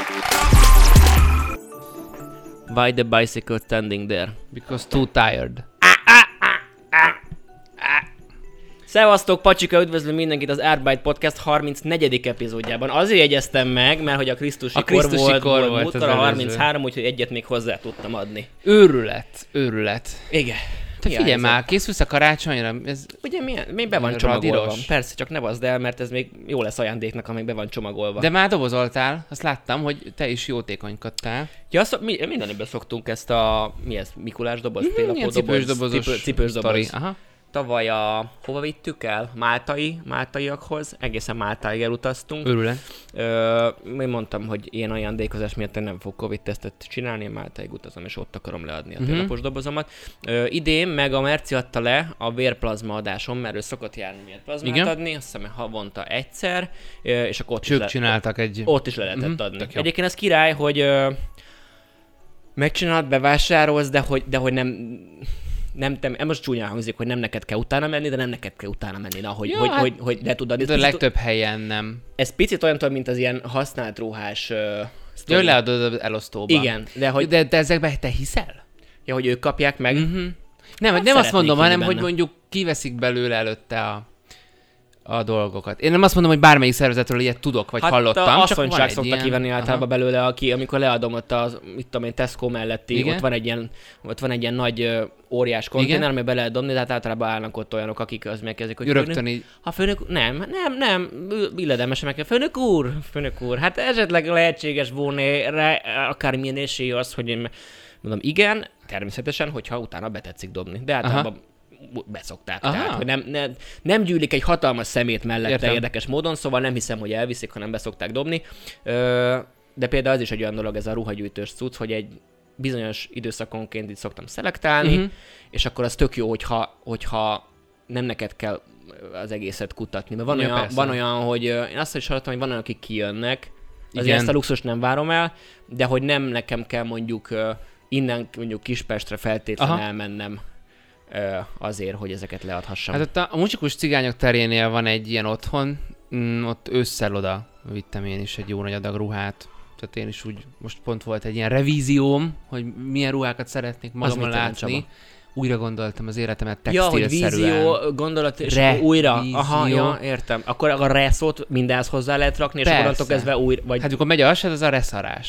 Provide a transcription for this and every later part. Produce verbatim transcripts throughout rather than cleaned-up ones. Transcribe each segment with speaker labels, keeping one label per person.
Speaker 1: Why the bicycle standing there?
Speaker 2: Because too tired.
Speaker 1: Szevasztok, Pacsika, üdvözlöm mindenkit az Artbyte Podcast harmincnegyedik epizódjában. Azért jegyeztem meg, mert hogy a Krisztusi,
Speaker 2: a Krisztusi
Speaker 1: kor volt,
Speaker 2: kor
Speaker 1: volt,
Speaker 2: volt
Speaker 1: volt
Speaker 2: az
Speaker 1: a
Speaker 2: előző.
Speaker 1: harminchárom, úgyhogy egyet még hozzá tudtam adni.
Speaker 2: Őrület, őrület.
Speaker 1: Igen.
Speaker 2: Te figyelj
Speaker 1: ez
Speaker 2: már, készülsz a karácsonyra? Ez...
Speaker 1: Ugye milyen? Még be van
Speaker 2: Radíros.
Speaker 1: csomagolva. Persze, csak ne bazd el, mert ez még jó lesz ajándéknak, amíg be van csomagolva.
Speaker 2: De már dobozoltál, azt láttam, hogy te is jótékonykodtál.
Speaker 1: Ja, azt, mi, minden évben szoktunk ezt a, mi ez, Mikulás doboz,
Speaker 2: Mm,
Speaker 1: télapó
Speaker 2: ilyen
Speaker 1: doboz,
Speaker 2: cipős dobozos
Speaker 1: cipő, cipős doboz.
Speaker 2: sztori. Aha.
Speaker 1: Tavaly a, hova vittük el? Máltai, máltaiakhoz, egészen Máltáig elutaztunk.
Speaker 2: Őrület.
Speaker 1: Ö, én mondtam, hogy ilyen ajándékozás miatt én nem fog Covid-tesztet csinálni, én Máltáig utazom, és ott akarom leadni a
Speaker 2: Mhm.
Speaker 1: télapos dobozomat. Ö, idén meg a Merci adta le a vérplazma adáson, mert ő szokott járni vérplazmát
Speaker 2: Igen.
Speaker 1: adni, azt hiszem havonta egyszer, ö, és akkor ott
Speaker 2: És
Speaker 1: is,
Speaker 2: ők
Speaker 1: le,
Speaker 2: csináltak egy...
Speaker 1: ott is le lehetett
Speaker 2: Mhm,
Speaker 1: adni.
Speaker 2: tök jó.
Speaker 1: Egyébként ez király, hogy ö, megcsinálod, bevásárolsz, de hogy, de hogy nem... Nem, te, most csúnyán hangzik, hogy nem neked kell utána menni, de nem neked kell utána menni, na, hogy,
Speaker 2: Ja,
Speaker 1: hogy,
Speaker 2: hát-
Speaker 1: hogy, hogy le tud adni.
Speaker 2: De a legtöbb helyen nem.
Speaker 1: Ez picit olyan, mint az ilyen használt ruhás uh,
Speaker 2: Ja,
Speaker 1: sztori.
Speaker 2: hogy leadod az elosztóba.
Speaker 1: Igen, de hogy,
Speaker 2: De, de ezekben te hiszel?
Speaker 1: ja, hogy ők kapják meg.
Speaker 2: Mhm. Nem,
Speaker 1: Hát
Speaker 2: nem azt
Speaker 1: szeretnék
Speaker 2: mondom,
Speaker 1: hinni
Speaker 2: hanem
Speaker 1: benne.
Speaker 2: hogy mondjuk kiveszik belőle előtte a, a dolgokat. Én nem azt mondom, hogy bármelyik szervezetről ilyet tudok, vagy
Speaker 1: Hát
Speaker 2: hallottam,
Speaker 1: a
Speaker 2: csak van
Speaker 1: asszonyság
Speaker 2: egy
Speaker 1: szokta
Speaker 2: ilyen...
Speaker 1: kivenni általában
Speaker 2: Aha.
Speaker 1: belőle, aki, amikor leadom ott az, mit tudom én, Tesco melletti,
Speaker 2: Igen.
Speaker 1: ott van egy ilyen, ott van egy ilyen nagy ö, óriás konténer,
Speaker 2: Igen.
Speaker 1: amiben be lehet dobni, de hát általában állnak ott olyanok, akik az megkezdik, hogy
Speaker 2: Rögtön
Speaker 1: főnök,
Speaker 2: így...
Speaker 1: ha főnök, nem, nem, nem, illedemesen meg kell, főnök úr, főnök úr, hát esetleg lehetséges volna rá akármilyen esély az, hogy én mondom, igen, természetesen, hogyha utána betetszik dobni, de általában beszokták.
Speaker 2: Aha.
Speaker 1: Tehát, hogy nem, nem, nem gyűlik egy hatalmas szemét mellette
Speaker 2: Értem.
Speaker 1: érdekes módon, szóval nem hiszem, hogy elviszik, hanem beszokták dobni. Ö, de például az is egy olyan dolog, ez a ruhagyűjtős cucc, hogy egy bizonyos időszakonként így szoktam szelektálni,
Speaker 2: Mhm.
Speaker 1: és akkor az tök jó, hogyha, hogyha nem neked kell az egészet kutatni. Mert van,
Speaker 2: Ja,
Speaker 1: olyan,
Speaker 2: persze.
Speaker 1: van olyan, hogy ö, én azt is hallottam, hogy van olyan, akik kijönnek, azért
Speaker 2: Igen.
Speaker 1: ezt a luxust nem várom el, de hogy nem nekem kell mondjuk ö, innen mondjuk Kispestre feltétlenül
Speaker 2: Aha.
Speaker 1: elmennem ö, azért, hogy ezeket leadhassam.
Speaker 2: Hát ott a, a Mucsikus cigányok terénél van egy ilyen otthon, mm, ott ősszel oda vittem én is egy jó nagy adag ruhát. Tehát én is úgy, most pont volt egy ilyen revízióm, hogy milyen ruhákat szeretnék magamon
Speaker 1: mit jelent,
Speaker 2: látni.
Speaker 1: Csaba?
Speaker 2: Újra gondoltam az életemet
Speaker 1: Ja, hogy
Speaker 2: textilszerűen.
Speaker 1: vízió, gondolat, és
Speaker 2: Re-
Speaker 1: akkor újra.
Speaker 2: vízió.
Speaker 1: Aha, ja, értem. Akkor a reszót mindenhez hozzá lehet rakni, és
Speaker 2: Persze.
Speaker 1: akkor attól kezdve újra, vagy...
Speaker 2: Hát amikor megy a hasad, az a reszarás.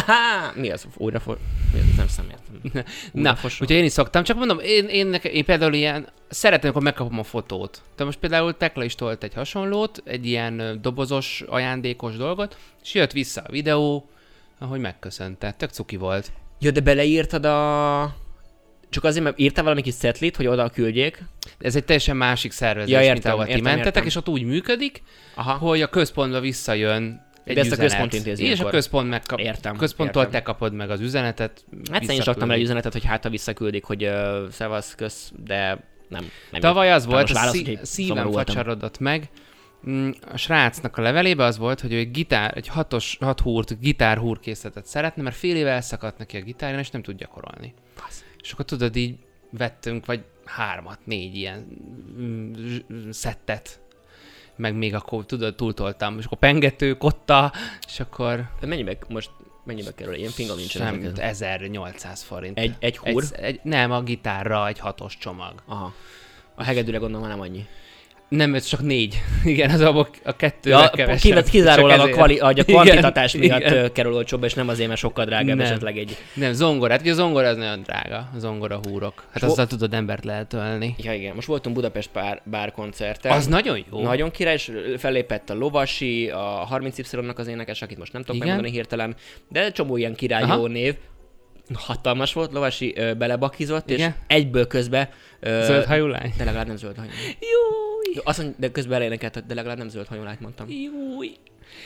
Speaker 1: Mi az? Újra for... Mi az? Nem szem értem.
Speaker 2: Na, úgyhogy én is szoktam, csak mondom, én, én, nekem, én például ilyen, szeretem, amikor megkapom a fotót. De most például Tekla is tolt egy hasonlót, egy ilyen ö, dobozos, ajándékos dolgot, és jött vissza a videó, ahogy megköszönte. Tök cuki volt.
Speaker 1: Jó, de beleírtad a... Csak azért, mert írtál valami kis szetlit, hogy oda küldjék.
Speaker 2: Ez egy teljesen másik szervezés,
Speaker 1: Ja,
Speaker 2: mint
Speaker 1: értem,
Speaker 2: ahol ti
Speaker 1: értem,
Speaker 2: mentetek,
Speaker 1: értem.
Speaker 2: és ott úgy működik,
Speaker 1: Aha.
Speaker 2: hogy a központba visszajön egy
Speaker 1: De ezt a
Speaker 2: üzenet.
Speaker 1: központ intézi
Speaker 2: És a
Speaker 1: ilyenkor.
Speaker 2: központ megkap...
Speaker 1: Értem,
Speaker 2: központtól
Speaker 1: értem.
Speaker 2: te kapod meg az üzenetet.
Speaker 1: Hát én is
Speaker 2: visszaküldik.
Speaker 1: adtam le egy üzenetet, hogy hát ha visszaküldik, hogy uh, szevasz, kösz, de nem. nem
Speaker 2: Tavaly az volt,
Speaker 1: most
Speaker 2: a
Speaker 1: válasz,
Speaker 2: szí-
Speaker 1: úgyhogy
Speaker 2: szívem
Speaker 1: szomorú voltam.
Speaker 2: facsarodott meg. Mm, A srácnak a levelébe az volt, hogy ő egy gitár, egy hatos, hat húrt, gitárhúrkészletet szeretne, mert fél éve elszakadt neki a gitárján, és nem tud gyakorolni.
Speaker 1: Fasz.
Speaker 2: És akkor tudod, így vettünk, vagy hármat, négy ilyen mm, zs- szettet, meg még akkor tudod, túltoltam, és akkor pengető, kotta, és akkor
Speaker 1: De mennyibe most, mennyibe kerül? Ilyen fingom nincsen.
Speaker 2: sem,
Speaker 1: ezek.
Speaker 2: ezernyolcszáz forint.
Speaker 1: Egy, egy húr?
Speaker 2: Egy, egy, nem, a gitárra egy hatos csomag.
Speaker 1: Aha. A hegedűre gondolom, már nem annyi.
Speaker 2: Nem, ez csak négy. Igen, az abok a kettő
Speaker 1: Ja,
Speaker 2: kevesebb.
Speaker 1: kiz- kizárólag
Speaker 2: Csak
Speaker 1: a,
Speaker 2: ezért.
Speaker 1: kvali, a
Speaker 2: Igen,
Speaker 1: kvantitatás miatt
Speaker 2: igen.
Speaker 1: ö, kerül olcsóbb, és nem azért, mert sokkal drágább
Speaker 2: Nem.
Speaker 1: esetleg egy...
Speaker 2: Nem, zongorát. Ugye a zongora az nagyon drága, a zongora húrok. Hát
Speaker 1: So-
Speaker 2: azzal tudod embert lehet ölni.
Speaker 1: Ja igen, most voltunk Budapest bár, bár koncerten.
Speaker 2: Az nagyon jó.
Speaker 1: Nagyon király, és fellépett a Lovasi, a harminc Y-nak az énekes, akit most nem tudok
Speaker 2: Igen.
Speaker 1: megmondani hirtelen, de csomó ilyen király
Speaker 2: Aha.
Speaker 1: jó név. Hatalmas volt, Lovasi ö, belebakizott, és
Speaker 2: Igen.
Speaker 1: egyből közbe... Ö,
Speaker 2: Zöld hajú lány.
Speaker 1: De legalább nem zöld hajú.
Speaker 2: Júj.
Speaker 1: Azt mondja, de közben elénekelt, de legalább nem zöld hajú lányt mondtam.
Speaker 2: Júj.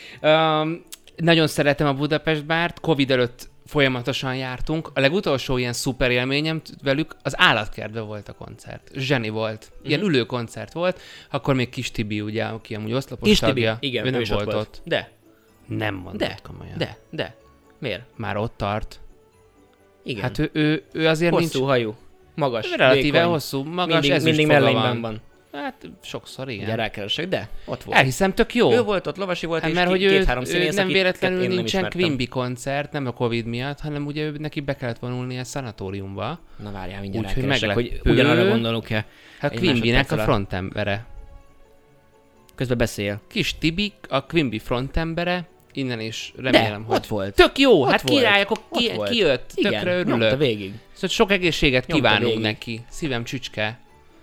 Speaker 2: Um, nagyon szeretem a Budapest bárt, Covid előtt folyamatosan jártunk. A legutolsó ilyen szuper élményem velük az Állatkertben volt a koncert. Zseni volt. Ilyen
Speaker 1: Mhm.
Speaker 2: ülő koncert volt. Akkor még Kis Tibi, ugye, aki amúgy oszlopos
Speaker 1: Kis Tibi,
Speaker 2: tagja.
Speaker 1: igen,
Speaker 2: ő nem
Speaker 1: is
Speaker 2: volt
Speaker 1: ott.
Speaker 2: ott.
Speaker 1: De,
Speaker 2: Nem mondod
Speaker 1: de,
Speaker 2: komolyan.
Speaker 1: de, de. Miért?
Speaker 2: Már ott tart.
Speaker 1: Igen.
Speaker 2: Hát ő, ő, ő azért
Speaker 1: hosszú
Speaker 2: nincs...
Speaker 1: hajú, magas,
Speaker 2: Relatíve
Speaker 1: vékony.
Speaker 2: hosszú, magas,
Speaker 1: mindig,
Speaker 2: ezüst
Speaker 1: mindig
Speaker 2: foga
Speaker 1: mellényben
Speaker 2: van.
Speaker 1: van.
Speaker 2: Hát sokszor, igen.
Speaker 1: Ugye rákeresek, de ott volt.
Speaker 2: Elhiszem, tök jó.
Speaker 1: Ő volt ott, Lovasi volt,
Speaker 2: hát
Speaker 1: és
Speaker 2: mert hogy
Speaker 1: két-három
Speaker 2: ő,
Speaker 1: színész,
Speaker 2: ő nem
Speaker 1: akit
Speaker 2: véletlenül
Speaker 1: én nem
Speaker 2: nincsen
Speaker 1: ismertem.
Speaker 2: Quimby koncert, nem a Covid miatt, hanem ugye ő, neki be kellett vonulni a szanatóriumba.
Speaker 1: Na várjál, mindjárt
Speaker 2: Úgyhogy
Speaker 1: rákeresek, hogy
Speaker 2: meglepő.
Speaker 1: ugyanarra gondolok-e.
Speaker 2: Hát
Speaker 1: Egy
Speaker 2: Quimbynek
Speaker 1: másodperc
Speaker 2: a
Speaker 1: alatt.
Speaker 2: frontembere.
Speaker 1: Közben beszél.
Speaker 2: Kis Tibi, a Quimby frontembere, innen is remélem,
Speaker 1: De,
Speaker 2: hogy...
Speaker 1: ott volt.
Speaker 2: Tök jó,
Speaker 1: Ott
Speaker 2: hát
Speaker 1: volt.
Speaker 2: király, akkor
Speaker 1: Ott
Speaker 2: ki,
Speaker 1: volt.
Speaker 2: kijött,
Speaker 1: Igen,
Speaker 2: tökre
Speaker 1: nyomta
Speaker 2: örülök.
Speaker 1: végig.
Speaker 2: Szóval sok egészséget
Speaker 1: Nyomta
Speaker 2: kívánunk
Speaker 1: végig.
Speaker 2: neki. Szívem csücske.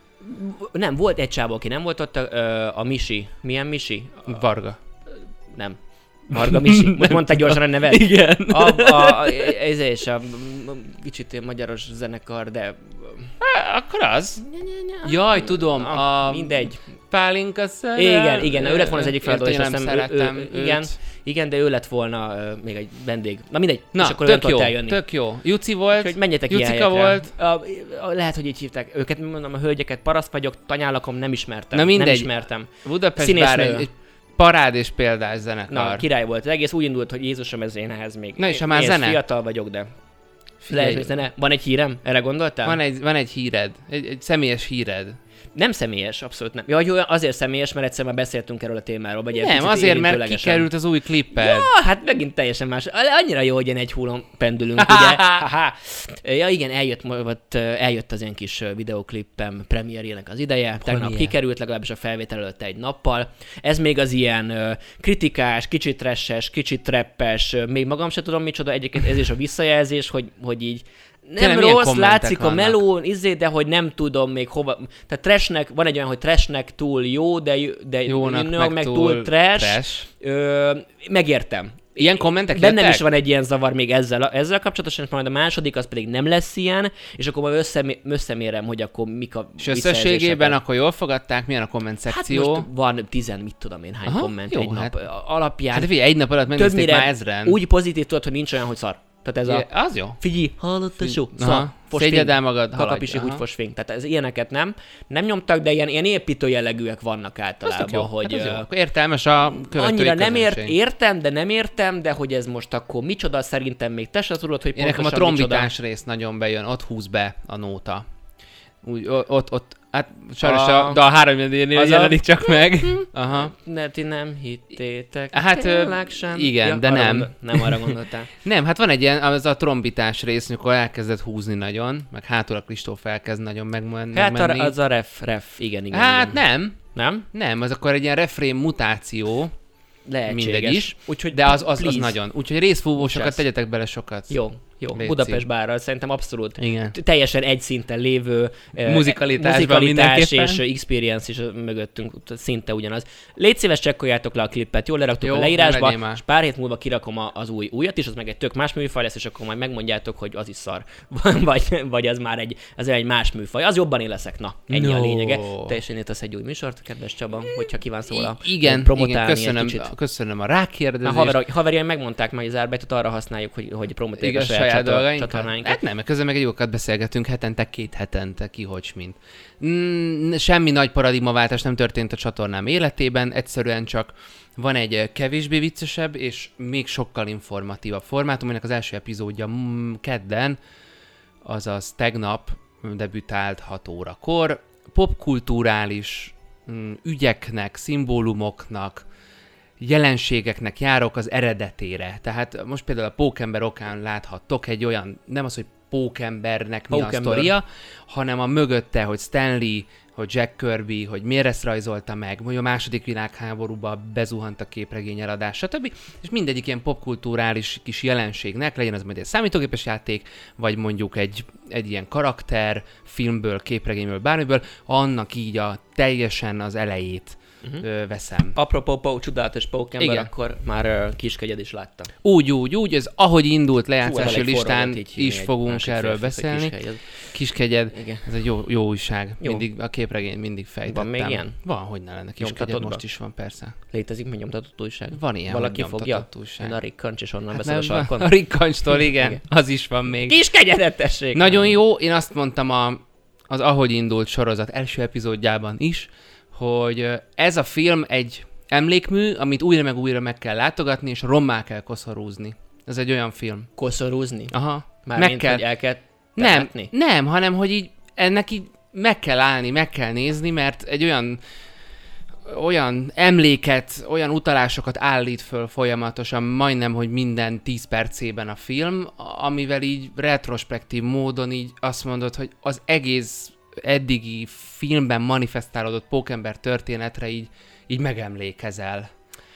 Speaker 1: Nem, volt egy csávó, aki nem volt ott, a, a Misi. Milyen Misi?
Speaker 2: Varga.
Speaker 1: Nem. Marga Misi. Most mondtál gyorsan a nevet?
Speaker 2: Igen.
Speaker 1: A, a, a, ez is a kicsit ilyen magyaros zenekar, de...
Speaker 2: Há, akkor az. Jaj, tudom, a...
Speaker 1: Mindegy.
Speaker 2: Pálinka szerel.
Speaker 1: Igen, igen, ő lett volna az egyik feladó, és
Speaker 2: Értem,
Speaker 1: azt
Speaker 2: nem
Speaker 1: hiszem, ő,
Speaker 2: szeretem
Speaker 1: ő,
Speaker 2: őt.
Speaker 1: igen, igen, de ő lett volna uh, még egy vendég. Na mindegy,
Speaker 2: Na,
Speaker 1: és akkor ő nem
Speaker 2: tök jó,
Speaker 1: tudott eljönni.
Speaker 2: tök jó. Juci volt,
Speaker 1: Úgyhogy menjetek ilyen
Speaker 2: Jucika
Speaker 1: helyekre.
Speaker 2: volt.
Speaker 1: A, a, lehet, hogy így hívták őket, mondom, a hölgyeket, paraszt vagyok, tanyálakom, nem ismertem.
Speaker 2: Na mindegy.
Speaker 1: Nem ismertem.
Speaker 2: Budapest
Speaker 1: Színésznő.
Speaker 2: bár egy, egy parád és példás zenekar.
Speaker 1: Na, király volt. Az egész úgy indult, hogy Jézusom, ez én ehhez még.
Speaker 2: Na és ha
Speaker 1: én,
Speaker 2: már
Speaker 1: én
Speaker 2: zene?
Speaker 1: fiatal vagyok, de...
Speaker 2: Figyelj.
Speaker 1: Lehet, hogy zene. Van egy hírem? Erre gondoltál?
Speaker 2: Van egy, van egy híred, egy, egy személyes híred.
Speaker 1: Nem személyes, abszolút nem. Ja, hogy azért személyes, mert egyszer már beszéltünk erről a témáról. Vagy ilyen
Speaker 2: Nem,
Speaker 1: picit
Speaker 2: azért, mert
Speaker 1: érintőlegesen.
Speaker 2: kikerült az új klipped.
Speaker 1: Ja, hát megint teljesen más. Annyira jó, hogy ilyen egy hullon pendülünk, ugye? Haha. Ja igen, eljött, volt, eljött az én kis videóklippem premierjének az ideje. Tegnap
Speaker 2: Premier.
Speaker 1: kikerült, legalábbis a felvétel előtt egy nappal. Ez még az ilyen uh, kritikás, kicsit trashes, kicsit trappes, uh, még magam sem tudom micsoda, egyébként ez is a visszajelzés, hogy, hogy így nem
Speaker 2: Tényleg milyen
Speaker 1: rossz,
Speaker 2: kommentek
Speaker 1: látszik
Speaker 2: vannak?
Speaker 1: a melón, izé, de hogy nem tudom még hova. Tehát trashnek, van egy olyan, hogy trashnek túl jó, de, de
Speaker 2: Jónak
Speaker 1: meg,
Speaker 2: meg,
Speaker 1: meg
Speaker 2: túl,
Speaker 1: túl trash.
Speaker 2: trash.
Speaker 1: Ö, megértem.
Speaker 2: Ilyen kommentek
Speaker 1: Bennem
Speaker 2: jöttek?
Speaker 1: is van egy ilyen zavar még ezzel, a- ezzel kapcsolatosan, és majd a második az pedig nem lesz ilyen, és akkor majd összemé- összemérem, hogy akkor mik a
Speaker 2: És összességében
Speaker 1: visszajelzések.
Speaker 2: akkor jól fogadták? Milyen a komment
Speaker 1: Hát
Speaker 2: szekció?
Speaker 1: most van tizen, mit tudom én, hány
Speaker 2: Aha,
Speaker 1: komment
Speaker 2: jó,
Speaker 1: egy nap
Speaker 2: hát-
Speaker 1: alapján.
Speaker 2: Hát figyelj, egy nap alatt megnézték
Speaker 1: Többnyire
Speaker 2: már ezren.
Speaker 1: úgy pozitív tudod, hogy nincs olyan, hogy szar. Tehát ez a...
Speaker 2: Ja, az jó.
Speaker 1: Figyelj, hallott a sok?
Speaker 2: Aha.
Speaker 1: Szar.
Speaker 2: Szégyed el magad, haladj.
Speaker 1: Kakapisi,
Speaker 2: Aha.
Speaker 1: úgy fosfény. Tehát ez ilyeneket nem. Nem nyomtak, de ilyen, ilyen építő jellegűek vannak
Speaker 2: Az tök
Speaker 1: általában,
Speaker 2: jó.
Speaker 1: hogy...
Speaker 2: Hát az jó.
Speaker 1: ö,
Speaker 2: Akkor értelmes a követői
Speaker 1: Annyira nem ért,
Speaker 2: közönség.
Speaker 1: értem, de nem értem, de hogy ez most akkor micsoda, szerintem még te sem tudod, hogy
Speaker 2: Én nekem a
Speaker 1: pontosan micsoda.
Speaker 2: trombitás rész nagyon bejön, ott húz be a nóta. Úgy, o- ott, ott, hát sajnos
Speaker 1: A-
Speaker 2: a, de a három nél
Speaker 1: az a-
Speaker 2: jelenik csak meg. Aha.
Speaker 1: Ne, ti nem hittétek.
Speaker 2: Hát, ö,
Speaker 1: Tényleg sem.
Speaker 2: igen, de
Speaker 1: arra
Speaker 2: nem.
Speaker 1: Gondol, nem arra gondoltál.
Speaker 2: Nem, hát van egy ilyen, az a trombitás rész, amikor elkezdett húzni nagyon, meg hátul a Kristóf elkezd nagyon megmenni.
Speaker 1: Hát
Speaker 2: megmenni.
Speaker 1: arra, az a ref, ref, igen, igen.
Speaker 2: Hát
Speaker 1: igen.
Speaker 2: nem,
Speaker 1: Nem?
Speaker 2: nem, az akkor egy ilyen refrén mutáció,
Speaker 1: Lehetséges.
Speaker 2: mindegy is,
Speaker 1: Úgyhogy
Speaker 2: de az, az, az
Speaker 1: please.
Speaker 2: nagyon. Úgyhogy részfúvósokat
Speaker 1: Most ez.
Speaker 2: tegyetek bele sokat.
Speaker 1: Jó, jó.
Speaker 2: Léci.
Speaker 1: Budapest bárral szerintem abszolút
Speaker 2: Igen.
Speaker 1: teljesen egy szinten lévő eh,
Speaker 2: Muzikalitásban
Speaker 1: muzikalitás
Speaker 2: mindenképpen.
Speaker 1: és experience is mögöttünk szinte ugyanaz. Légy szíves, csekkoljátok le a klippet, jól leraktuk
Speaker 2: Jó,
Speaker 1: a
Speaker 2: ne
Speaker 1: leírásba,
Speaker 2: legyél már.
Speaker 1: és pár hét múlva kirakom a- az új újat is, az meg egy tök más műfaj lesz, és akkor majd megmondjátok, hogy az is szar. vagy, vagy az már egy, az egy más műfaj. Az jobban én leszek. Na, ennyi a
Speaker 2: No.
Speaker 1: lényege. Teljesen értesz egy új műsort, kedves Csaba, hogyha kívánsz róla
Speaker 2: I- igen,
Speaker 1: promotálni
Speaker 2: igen,
Speaker 1: egy
Speaker 2: köszönöm,
Speaker 1: kicsit.
Speaker 2: köszönöm a
Speaker 1: Na,
Speaker 2: rákérdezést.
Speaker 1: haver, haverjaim megmondták majd az árbejtot, arra használjuk, hogy, hogy promotáljuk a
Speaker 2: Igen,
Speaker 1: saját,
Speaker 2: saját
Speaker 1: saját
Speaker 2: dolgainkat.
Speaker 1: csatornáinkat.
Speaker 2: Hát nem, mert közben meg egy jókat beszélgetünk hetente, két hetente, ki hogy mint. Mm, semmi nagy paradigmaváltás nem történt a csatornám életében, egyszerűen csak van egy eh, kevésbé viccesebb és még sokkal informatívabb formátum, aminek az első epizódja mm, kedden, azaz tegnap debütált hat órakor. Popkulturális mm, ügyeknek, szimbólumoknak, jelenségeknek járok az eredetére. Tehát most például a Pókember okán láthattok egy olyan, nem az, hogy Pókembernek mi a
Speaker 1: Pókember.
Speaker 2: sztoria, hanem a mögötte, hogy Stanley, hogy Jack Kirby, hogy miért ezt rajzolta meg, hogy a második világháborúba bezuhant a képregény eladás, stb. És mindegyik ilyen popkulturális kis jelenségnek, legyen az majd egy számítógépes játék, vagy mondjuk egy, egy ilyen karakter, filmből, képregényből, bármiből, annak így a teljesen az elejét
Speaker 1: Mhm.
Speaker 2: ö, veszem.
Speaker 1: Apropó Pó, csodálatos pókember,
Speaker 2: Igen.
Speaker 1: akkor már uh, kiskegyed is látta.
Speaker 2: Úgy, úgy, úgy, ez ahogy indult
Speaker 1: Hú, ez
Speaker 2: lejátszási
Speaker 1: elég forró
Speaker 2: listán
Speaker 1: volt így hívni
Speaker 2: is
Speaker 1: egy
Speaker 2: fogunk
Speaker 1: másik
Speaker 2: erről
Speaker 1: férfit, hogy
Speaker 2: beszélni.
Speaker 1: kiskegyed.
Speaker 2: Kiskegyed,
Speaker 1: Igen.
Speaker 2: ez egy jó, jó újság.
Speaker 1: Jó.
Speaker 2: Mindig, a képregény mindig fejtettem.
Speaker 1: Van még ilyen?
Speaker 2: Van, hogy ne lenne. Kiskegyed
Speaker 1: Nyomtatod
Speaker 2: most
Speaker 1: be?
Speaker 2: is van, persze.
Speaker 1: Létezik még nyomtatott újság?
Speaker 2: Van ilyen,
Speaker 1: Valaki
Speaker 2: hogy
Speaker 1: fogja?
Speaker 2: nyomtatott újság.
Speaker 1: Én a rikkancs, és onnan
Speaker 2: Hát
Speaker 1: beszél a
Speaker 2: nem,
Speaker 1: sarkon.
Speaker 2: a rikkancstól, igen,
Speaker 1: Igen.
Speaker 2: az is van még.
Speaker 1: Kiskegyedet tessék!
Speaker 2: Nagyon jó, én azt mondtam a, az Ahogy indult sorozat első epizódjában is, hogy ö, ez a film egy emlékmű, amit újra meg újra meg kell látogatni, és rommá kell koszorúzni. Ez egy olyan film.
Speaker 1: Koszorúzni?
Speaker 2: Aha.
Speaker 1: Mármint,
Speaker 2: meg kell.
Speaker 1: hogy el kell
Speaker 2: Nem,
Speaker 1: temetni?
Speaker 2: nem, hanem hogy így ennek így meg kell állni, meg kell nézni, mert egy olyan olyan emléket, olyan utalásokat állít föl folyamatosan, majdnem, hogy minden tíz percében a film, amivel így retrospektív módon így azt mondod, hogy az egész eddigi filmben manifestálódott Pókember történetre így, így megemlékezel.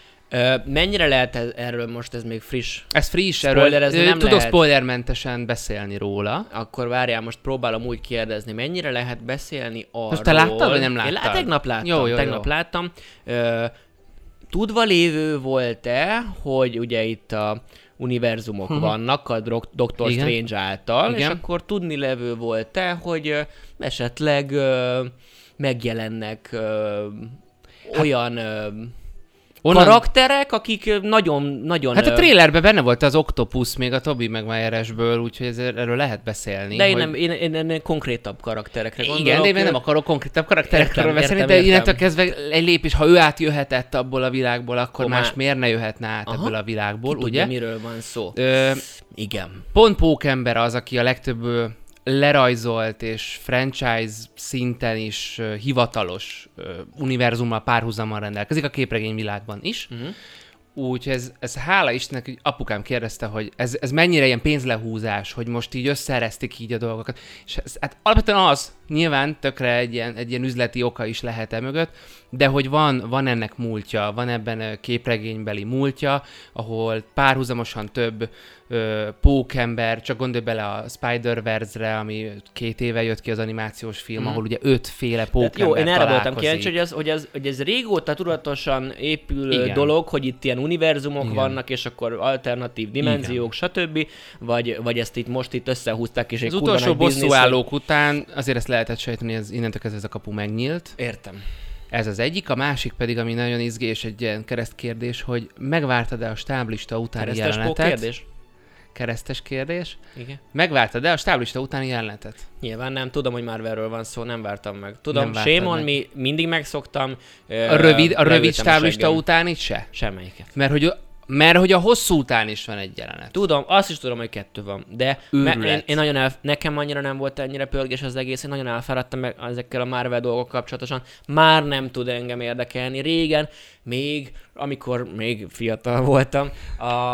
Speaker 1: Ö, mennyire lehet ez, erről most, ez még friss?
Speaker 2: Ez friss, erről
Speaker 1: nem
Speaker 2: tudok
Speaker 1: lehet.
Speaker 2: spoilermentesen beszélni róla.
Speaker 1: Akkor várjál, most próbálom úgy kérdezni, mennyire lehet beszélni arról...
Speaker 2: Most te láttad, vagy nem láttad?
Speaker 1: Én lá- tegnap láttam,
Speaker 2: jó, jó,
Speaker 1: tegnap
Speaker 2: jó.
Speaker 1: láttam. Ö, tudva lévő volt-e, hogy ugye itt a univerzumok uh-huh. vannak a doktor
Speaker 2: Igen.
Speaker 1: Strange által,
Speaker 2: Igen.
Speaker 1: és akkor tudni levő volt-e, hogy ö, esetleg ö, megjelennek ö, hát, olyan... Ö, Onnan... karakterek, akik nagyon, nagyon...
Speaker 2: Hát a trailerben benne volt az Octopus még a Tobey Maguire-esből, úgyhogy ez, erről lehet beszélni.
Speaker 1: De én,
Speaker 2: hogy...
Speaker 1: nem, én, én, én konkrétabb karakterekre gondolok.
Speaker 2: Igen, de én nem akarok konkrétabb karakterekről
Speaker 1: értem,
Speaker 2: beszélni,
Speaker 1: értem,
Speaker 2: de
Speaker 1: értem.
Speaker 2: innentől kezdve egy lépés, ha ő átjöhetett abból a világból, akkor
Speaker 1: Ó,
Speaker 2: más
Speaker 1: már...
Speaker 2: miért ne jöhetne át Aha. ebből a világból,
Speaker 1: Ki
Speaker 2: ugye?
Speaker 1: Tudja, miről van szó.
Speaker 2: Ö,
Speaker 1: Igen.
Speaker 2: Pont Pókember az, aki a legtöbb ö, lerajzolt és franchise szinten is ö, hivatalos ö, univerzummal párhuzammal rendelkezik a képregényvilágban is. Uh-huh. Úgyhogy ez, ez hála Istennek, hogy apukám kérdezte, hogy ez, ez mennyire ilyen pénzlehúzás, hogy most így összeeresztik így a dolgokat. És ez, hát alapvetően az, nyilván tökre egy ilyen, egy ilyen üzleti oka is lehet e mögött, de hogy van, van ennek múltja, van ebben képregénybeli múltja, ahol párhuzamosan több ö, pókember, csak gondolj bele a Spider-Verse-re, ami két éve jött ki az animációs film, hmm. ahol ugye ötféle pókember
Speaker 1: Jó, én erre
Speaker 2: találkozik.
Speaker 1: voltam kíváncsi, hogy ez, hogy, ez, hogy ez régóta tudatosan épül
Speaker 2: Igen.
Speaker 1: dolog, hogy itt ilyen univerzumok
Speaker 2: Igen.
Speaker 1: vannak, és akkor alternatív dimenziók, Igen. stb. Vagy, vagy ezt itt most itt összehúzták, és egy
Speaker 2: az utolsó bosszúállók után azért ezt lehetett sejteni, hogy ez innentől kezdve ez a kapu megnyílt.
Speaker 1: Értem.
Speaker 2: Ez az egyik, a másik pedig, ami nagyon izgé, és egy ilyen keresztkérdés, hogy megvártad-e a stáblista utáni
Speaker 1: Keresztes
Speaker 2: jelenetet?
Speaker 1: kérdés?
Speaker 2: Keresztes kérdés.
Speaker 1: Igen.
Speaker 2: Megvártad-e a stáblista utáni jelenetet?
Speaker 1: Nyilván nem, tudom, hogy Marvelről van szó, nem vártam meg. Tudom,
Speaker 2: Nem
Speaker 1: shame on
Speaker 2: meg.
Speaker 1: me, mindig megszoktam.
Speaker 2: A rövid, a rövid
Speaker 1: leültem
Speaker 2: stáblista
Speaker 1: seggem.
Speaker 2: utánit se?
Speaker 1: Semmelyiket.
Speaker 2: Mert hogy, mert hogy a hosszú után is van egy jelenet.
Speaker 1: Tudom, azt is tudom, hogy kettő van, de me-
Speaker 2: Őrület.
Speaker 1: én, én nagyon el, nekem annyira nem volt ennyire pörgés az egész, én nagyon elfáradtam meg ezekkel a Marvel dolgok kapcsolatosan. Már nem tud engem érdekelni. Régen, még, amikor még fiatal voltam, a...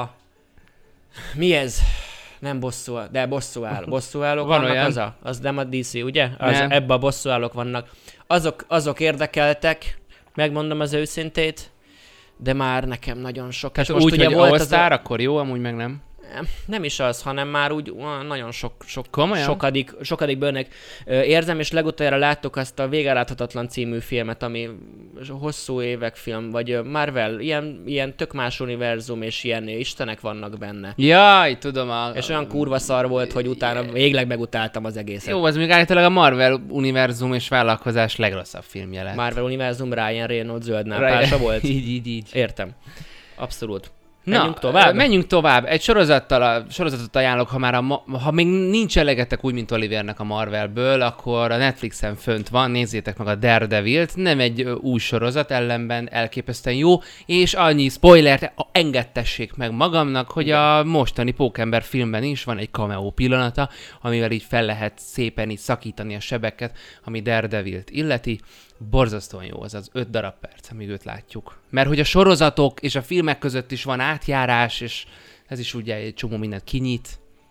Speaker 1: Mi ez? Nem bosszúálló, de bosszúálló. Bosszúállók
Speaker 2: Van
Speaker 1: vannak,
Speaker 2: olyan.
Speaker 1: az a? Az nem a dé cé, ugye? Az,
Speaker 2: Nem.
Speaker 1: ebbe a bosszúállók vannak. Azok, azok érdekeltek, megmondom az őszintét, de már nekem nagyon sok.
Speaker 2: Tehát
Speaker 1: És most
Speaker 2: úgy,
Speaker 1: ugye
Speaker 2: hogy
Speaker 1: volt
Speaker 2: All
Speaker 1: az
Speaker 2: Star,
Speaker 1: a...
Speaker 2: akkor jó, amúgy meg nem.
Speaker 1: Nem is az, hanem már úgy uh, nagyon sok, sok
Speaker 2: Komolyan?
Speaker 1: sokadik, sokadik bőrnek uh, érzem, és legutoljára láttuk azt a Végálláthatatlan című filmet, ami hosszú évek film, vagy uh, Marvel, ilyen, ilyen tök más univerzum, és ilyen istenek vannak benne.
Speaker 2: Jaj, tudom. A...
Speaker 1: És olyan kurva szar volt, hogy utána végleg megutáltam az egészet.
Speaker 2: Jó, az még állítólag a Marvel univerzum és vállalkozás legrosszabb filmje lett.
Speaker 1: Marvel univerzum, Ryan Reynolds zöld nápása volt.
Speaker 2: így, így, így.
Speaker 1: Értem. Abszolút.
Speaker 2: Na,
Speaker 1: Menjünk tovább?
Speaker 2: Menjünk tovább. Egy sorozattal, a sorozatot ajánlok, ha már a, ma- ha még nincs elegetek úgy, mint Olivernek a Marvelből, akkor a Netflixen fönt van, nézzétek meg a Daredevil-t. Nem egy ö, új sorozat, ellenben elképesztően jó, és annyi spoilert engedtessék meg magamnak, hogy a mostani Pókember filmben is van egy cameo pillanata, amivel így fel lehet szépen így szakítani a sebeket, ami Daredevilt illeti. Borzasztóan jó az az öt darab perc, amíg őt látjuk. Mert hogy a sorozatok és a filmek között is van átjárás, és ez is ugye egy csomó mindent kinyit,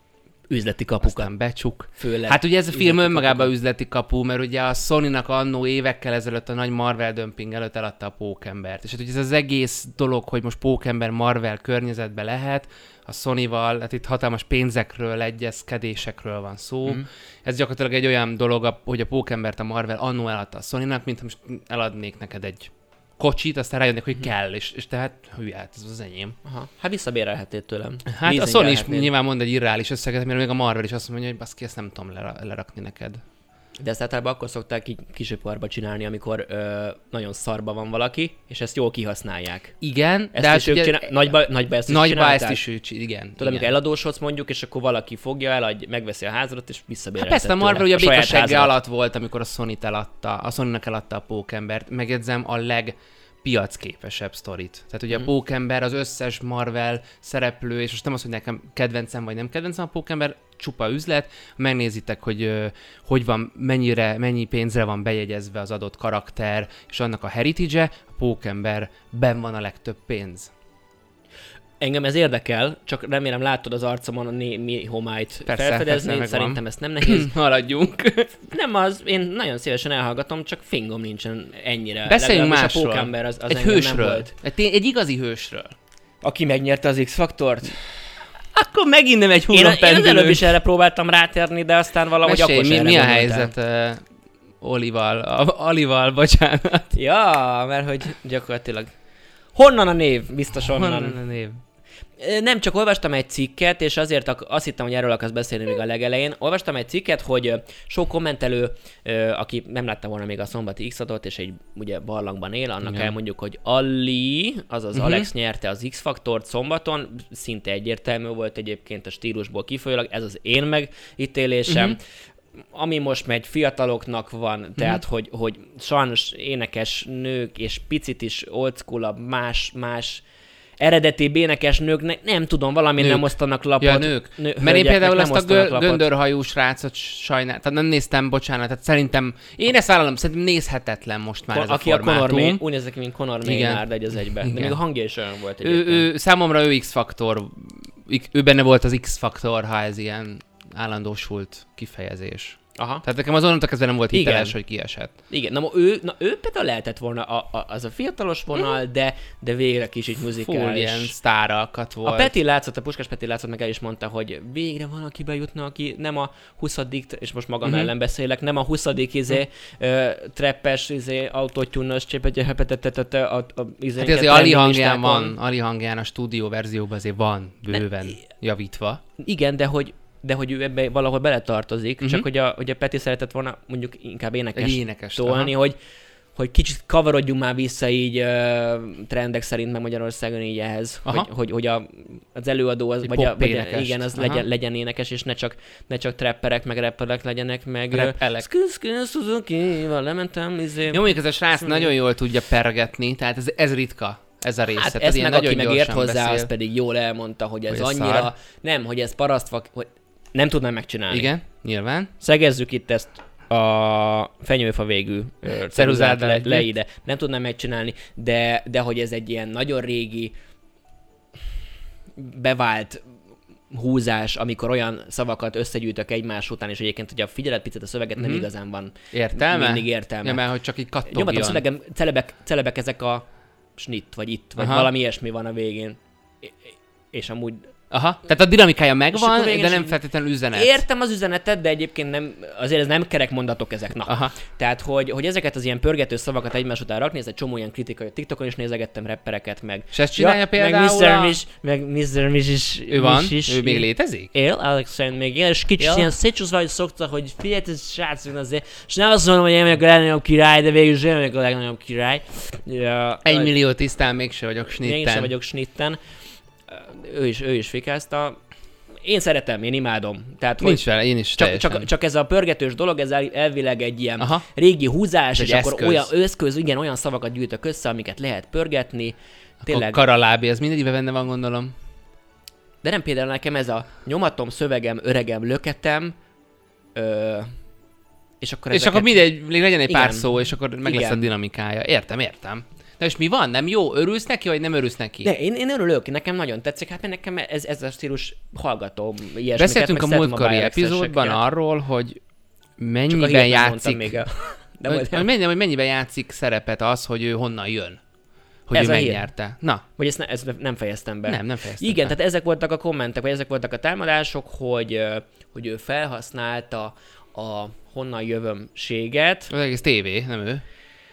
Speaker 1: Üzleti kapukat.
Speaker 2: aztán becsuk.
Speaker 1: Főleg.
Speaker 2: Hát ugye ez a film
Speaker 1: üzleti
Speaker 2: önmagában
Speaker 1: kapukat.
Speaker 2: üzleti kapu, mert ugye a Sony-nak annó évekkel ezelőtt a nagy Marvel dömping előtt eladta a Pókembert. És hát ugye ez az egész dolog, hogy most Pókember Marvel környezetbe lehet, a Sony-val, hát itt hatalmas pénzekről, egyezkedésekről van szó. Mm. Ez gyakorlatilag egy olyan dolog, hogy a Pókembert a Marvel annó eladta a Sony-nak, mint most eladnék neked egy kocsit, aztán rájönnek, hogy kell, és, és tehát hülye, hát ez az enyém.
Speaker 1: Aha. Hát visszabérelhetnél tőlem.
Speaker 2: Hát a Sony is
Speaker 1: Leasingelhetnél.
Speaker 2: nyilván mond egy irreális összeget, mert még a Marvel is azt mondja, hogy baszki, ezt nem tudom lera- lerakni neked.
Speaker 1: De ezt általában akkor szokták ki- kisiparba csinálni, amikor ö, nagyon szarba van valaki, és ezt jól kihasználják.
Speaker 2: Igen,
Speaker 1: Ezt
Speaker 2: de hát
Speaker 1: is ők
Speaker 2: ugye,
Speaker 1: csinál... Nagyba, nagyba ezt is
Speaker 2: nagyba
Speaker 1: csinálták?
Speaker 2: ezt is ő csi- igen.
Speaker 1: Tudod,
Speaker 2: igen.
Speaker 1: amikor eladósodsz mondjuk, és akkor valaki fogja, eladj, megveszi a házadat, és
Speaker 2: Hát
Speaker 1: visszabéreltet
Speaker 2: persze, a Marvel
Speaker 1: tőle.
Speaker 2: ugye a
Speaker 1: saját
Speaker 2: békasegge
Speaker 1: házadat.
Speaker 2: alatt volt, amikor a Sony-t eladta, a Sony-nak eladta a Pókembert. Megjegyzem, a legpiacképesebb sztorit. Tehát ugye
Speaker 1: Mhm.
Speaker 2: a Pókember az összes Marvel szereplő, és most nem az, hogy nekem kedvencem vagy nem kedvencem a Pókember, csupa üzlet, megnézitek, hogy ö, hogy van, mennyire, mennyi pénzre van bejegyezve az adott karakter, és annak a heritage-e, a Pókemberben van a legtöbb pénz.
Speaker 1: Engem ez érdekel, csak remélem látod az arcomon a némi homályt
Speaker 2: Persze,
Speaker 1: felfedezni,
Speaker 2: persze,
Speaker 1: szerintem
Speaker 2: megvan.
Speaker 1: ez nem nehéz.
Speaker 2: Haladjunk.
Speaker 1: Nem az, én nagyon szívesen elhallgatom, csak fingom nincsen ennyire.
Speaker 2: Beszéljünk
Speaker 1: Legalábbis
Speaker 2: másról.
Speaker 1: A Pókember az, az
Speaker 2: egy
Speaker 1: engem
Speaker 2: hősről.
Speaker 1: nem volt.
Speaker 2: Egy, tény- egy igazi hősről.
Speaker 1: Aki megnyerte az X-faktort?
Speaker 2: Akkor megint nem egy
Speaker 1: Én, én az
Speaker 2: hullapendülő.
Speaker 1: előbb is erre próbáltam rátérni, de aztán valahogy
Speaker 2: Mesélj,
Speaker 1: akkor
Speaker 2: mi,
Speaker 1: sem
Speaker 2: mi a
Speaker 1: erre gondoltál.
Speaker 2: helyzet uh, Olival, a, Alival, bocsánat.
Speaker 1: Ja, mert hogy gyakorlatilag... Honnan a név? Biztos onnan.
Speaker 2: Honnan a név?
Speaker 1: Nem, csak olvastam egy cikket, és azért ak- azt hittem, hogy erről akarsz beszélni még a legelején. Olvastam egy cikket, hogy ö, sok kommentelő, ö, aki nem látta volna még a szombati X-atot, és egy ugye barlangban él, annak
Speaker 2: Igen.
Speaker 1: elmondjuk, hogy Ali, azaz
Speaker 2: Mhm.
Speaker 1: Alex nyerte az X-faktort szombaton, szinte egyértelmű volt egyébként a stílusból kifolyólag, ez az én megítélésem.
Speaker 2: Mhm.
Speaker 1: Ami most megy, fiataloknak van, tehát hogy, hogy sajnos énekes nők, és picit is old school-abb, más, más eredeti énekes nőknek, nem tudom, valami
Speaker 2: Nők.
Speaker 1: nem osztanak lapot.
Speaker 2: Ja, nők.
Speaker 1: Nő,
Speaker 2: Mert én
Speaker 1: hölgyeknek
Speaker 2: például
Speaker 1: nem
Speaker 2: azt a
Speaker 1: osztanak
Speaker 2: gö-
Speaker 1: lapot.
Speaker 2: göndörhajú srácot sajnál, tehát nem néztem, bocsánat, tehát szerintem, én ezt vállalom, szerintem nézhetetlen most már
Speaker 1: Ko-
Speaker 2: ez a
Speaker 1: aki a Conor
Speaker 2: formátum.
Speaker 1: May, úgy nézek, mint Conor
Speaker 2: Igen.
Speaker 1: Maynard egy az egybe. De
Speaker 2: Igen.
Speaker 1: még a hangja is olyan volt
Speaker 2: Ő,
Speaker 1: egyébként.
Speaker 2: ő, számomra ő X-faktor, ő benne volt az X-faktor, ha ez ilyen állandósult kifejezés.
Speaker 1: Aha.
Speaker 2: Tehát nekem az onnantól kezdve nem volt
Speaker 1: Igen.
Speaker 2: hiteles, hogy kiesett.
Speaker 1: Igen, na, mo- ő, na ő például lehetett volna a, a, az a fiatalos vonal, de, de végre kicsit
Speaker 2: Full
Speaker 1: muzikális.
Speaker 2: ilyen sztáralkat volt.
Speaker 1: A Peti látszott, a Puskás Peti látszott, meg el is mondta, hogy végre van, aki bejutna, aki nem a huszadik, és most magam
Speaker 2: Mhm.
Speaker 1: ellen beszélek, nem a huszadik izé, ö, trappes, izé, autotune-os csépetje, hepetetetete, a, a izénket
Speaker 2: Hát azért Ali
Speaker 1: trending
Speaker 2: hangján
Speaker 1: listákon.
Speaker 2: van, Ali hangján a stúdió verzióban azért van bőven javítva.
Speaker 1: Igen, de hogy de hogy ő ebbe valahol beletartozik,
Speaker 2: Mhm.
Speaker 1: csak hogy a, hogy a Peti szeretett volna mondjuk inkább énekes
Speaker 2: Egy énekes.
Speaker 1: tolni, hogy, hogy kicsit kavarodjunk már vissza így uh, trendek szerint meg Magyarországon így ehhez,
Speaker 2: Aha.
Speaker 1: hogy, hogy, hogy a, az előadó, az,
Speaker 2: Egy
Speaker 1: vagy, a,
Speaker 2: pop
Speaker 1: vagy a,
Speaker 2: énekest.
Speaker 1: igen, az
Speaker 2: Aha.
Speaker 1: legyen, legyen énekes, és ne csak, ne csak trapperek, meg rapperek legyenek, meg...
Speaker 2: Rappelek.
Speaker 1: Skü-skü, Suzuki-val lementem, izé...
Speaker 2: Jó, mondjuk ez a srác nagyon jól tudja pergetni, tehát ez, ez ritka, ez a része.
Speaker 1: Hát
Speaker 2: Tehát
Speaker 1: ezt
Speaker 2: ilyen
Speaker 1: meg aki
Speaker 2: nagyon
Speaker 1: meg ért
Speaker 2: gyorsan
Speaker 1: hozzá,
Speaker 2: beszél.
Speaker 1: az pedig jól elmondta, hogy ez
Speaker 2: Hogy ez
Speaker 1: annyira...
Speaker 2: szar.
Speaker 1: Nem, hogy ez parasztfak, hogy nem tudnám megcsinálni.
Speaker 2: Igen, nyilván.
Speaker 1: Szegezzük itt ezt a fenyőfa végű ö, ceruzát
Speaker 2: Ceruzát
Speaker 1: le,
Speaker 2: együtt.
Speaker 1: le ide. Nem tudnám megcsinálni, de, de hogy ez egy ilyen nagyon régi bevált húzás, amikor olyan szavakat összegyűjtök egymás után, és egyébként, hogyha figyeled picit a szöveget, nem
Speaker 2: Mhm.
Speaker 1: igazán van
Speaker 2: Értelme?
Speaker 1: mindig értelme.
Speaker 2: Ja, mert hogy csak így
Speaker 1: Nyomatom a
Speaker 2: kattogjon.
Speaker 1: szövegem, celebek, celebek ezek a snit, vagy itt, vagy
Speaker 2: Aha.
Speaker 1: valami ilyesmi van a végén. É- És amúgy
Speaker 2: Aha, tehát a dinamikája megvan,
Speaker 1: akkor végén
Speaker 2: de
Speaker 1: is
Speaker 2: nem
Speaker 1: így-
Speaker 2: feltétlenül üzenet.
Speaker 1: értem az üzenetet, de egyébként nem, azért ez nem kerek mondatok ezek. Na.
Speaker 2: Aha.
Speaker 1: Tehát, hogy, hogy ezeket az ilyen pörgető szavakat egymás után rakni, ez egy csomó ilyen kritika, hogy TikTokon is nézegettem rappereket, meg...
Speaker 2: És ezt csinálja például
Speaker 1: meg miszter
Speaker 2: a-
Speaker 1: Mis, meg miszter Mis is...
Speaker 2: Ő van?
Speaker 1: Mis is
Speaker 2: Ő még létezik?
Speaker 1: él, Alexander még él, és kicsit
Speaker 2: Ja.
Speaker 1: ilyen szétcsúszva, hogy szokta, hogy figyelj, ez srácok azért, és nem azt mondom, hogy én vagyok a legnagyobb király, de végül is én vagyok a legnagyobb király. Ja,
Speaker 2: Egy millió tisztán mégse vagyok
Speaker 1: Én sem
Speaker 2: snitten.
Speaker 1: vagyok snitten. Ő is, ő is fikázta. Én szeretem, én imádom. Tehát, hogy
Speaker 2: Nincs vele, én is
Speaker 1: csak,
Speaker 2: teljesen.
Speaker 1: csak, csak ez a pörgetős dolog, ez el- elvileg egy ilyen
Speaker 2: Aha.
Speaker 1: régi húzás,
Speaker 2: Ez
Speaker 1: és
Speaker 2: egy
Speaker 1: akkor
Speaker 2: eszköz.
Speaker 1: olyan eszköz, igen, olyan szavakat gyűjtök össze, amiket lehet pörgetni. Tényleg.
Speaker 2: Akkor karalábi, ez mindegyikben benne van, gondolom.
Speaker 1: De nem például nekem ez a nyomatom, szövegem, öregem, löketem, ö, és akkor
Speaker 2: És
Speaker 1: ezeket...
Speaker 2: akkor mindegy, legyen egy pár
Speaker 1: Igen.
Speaker 2: szó, és akkor meg lesz
Speaker 1: Igen.
Speaker 2: a dinamikája. Értem, értem. De és mi van? Nem jó? Örülsz neki, vagy nem örülsz neki?
Speaker 1: De én, én örülök, nekem nagyon tetszik, hát mert nekem ez, ez a stílus hallgatom ilyesmiket.
Speaker 2: Beszéltünk
Speaker 1: meg
Speaker 2: a
Speaker 1: szeretem
Speaker 2: múltkori
Speaker 1: bioexeseket.
Speaker 2: epizódban arról, hogy
Speaker 1: Csak a
Speaker 2: mennyiben
Speaker 1: hírt nem mondtam
Speaker 2: játszik,
Speaker 1: még el. De
Speaker 2: hogy,
Speaker 1: majd,
Speaker 2: hogy, mennyi, hogy mennyiben játszik szerepet az, hogy ő honnan jön. Hogy
Speaker 1: Ez
Speaker 2: ő
Speaker 1: a hír.
Speaker 2: megnyerte. Na,
Speaker 1: vagy ezt, ne, ezt nem fejeztem be.
Speaker 2: nem, nem fejeztem
Speaker 1: Igen,
Speaker 2: be.
Speaker 1: tehát ezek voltak a kommentek, vagy ezek voltak a támadások, hogy, ö, hogy ő felhasználta a honnan jövömséget.
Speaker 2: Az egész tévé, nem ő.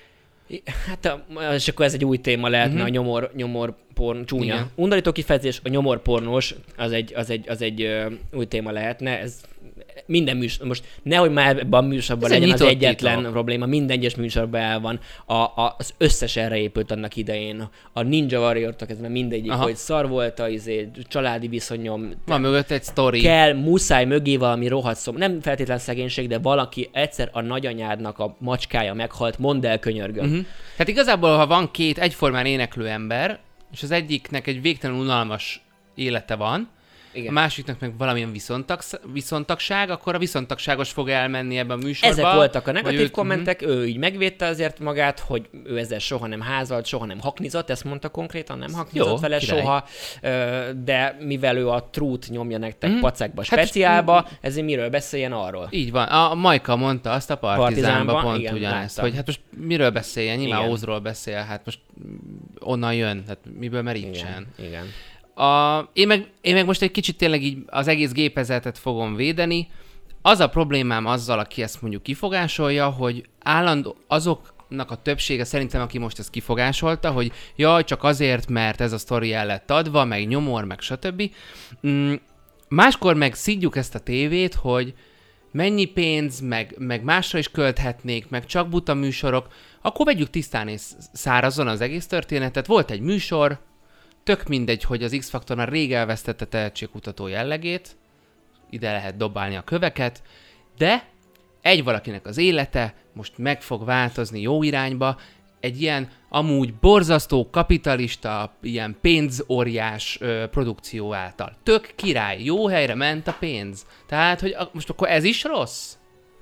Speaker 1: Hát, a, és akkor ez egy új téma lehetne,
Speaker 2: Mhm.
Speaker 1: a nyomor, nyomor porn, csúnya.
Speaker 2: Igen.
Speaker 1: Undorító kifejezés, a nyomor pornós, az egy, az egy, az egy ö, új téma lehetne, ez minden műsor, most nehogy már ebben a műsorban
Speaker 2: Ez egy
Speaker 1: legyen az
Speaker 2: nyitott
Speaker 1: egyetlen
Speaker 2: titok.
Speaker 1: probléma, minden egyes műsorban el van, a, a, az összes erre épült annak idején, a Ninja Warrior-tól kezdve mindegyik,
Speaker 2: Aha.
Speaker 1: hogy szar volt a izé, családi viszonyom,
Speaker 2: Van mögött egy sztori.
Speaker 1: kell, muszáj mögé valami rohadt szó. Nem feltétlen szegénység, de valaki egyszer a nagyanyádnak a macskája meghalt, mondd el, könyörgöm.
Speaker 2: Uh-huh. Tehát igazából, ha van két egyformán éneklő ember, és az egyiknek egy végtelen unalmas élete van, Igen. A másiknak meg valamilyen viszontagsz, viszontagság, akkor a viszontagságos fog elmenni ebbe a műsorba.
Speaker 1: Ezek voltak a negatív kommentek, ő így megvédte azért magát, hogy ő ezzel soha nem házalt, soha nem haknizott, ezt mondta konkrétan, nem haknizott Jó, vele király. soha, de mivel ő a Truth nyomja nektek mm. pacekba, speciálba, hát, ezért miről beszéljen arról?
Speaker 2: Így van. A Majka mondta azt a Partizánba pont igen, ugyanezt, hogy hát most miről beszéljen, nyilván Ózról beszél, hát most onnan jön, hát miből merítsen.
Speaker 1: Igen, igen.
Speaker 2: A, én, meg, én meg most egy kicsit tényleg így az egész gépezetet fogom védeni. Az a problémám azzal, aki ezt mondjuk kifogásolja, hogy állandó azoknak a többsége szerintem, aki most ezt kifogásolta, hogy jaj, csak azért, mert ez a sztori el lett adva, meg nyomor, meg stb. Mm, máskor meg szidjuk ezt a tévét, hogy mennyi pénz, meg, meg másra is költhetnék, meg csak buta műsorok, akkor vegyük tisztán és szárazon az egész történetet. Volt egy műsor, tök mindegy, hogy az X-Factor már rég elvesztette tehetségkutató jellegét, ide lehet dobálni a köveket, de egy valakinek az élete most meg fog változni jó irányba, egy ilyen amúgy borzasztó, kapitalista, ilyen pénzóriás ö, produkció által. Tök király, jó helyre ment a pénz. Tehát, hogy a, most akkor ez is rossz?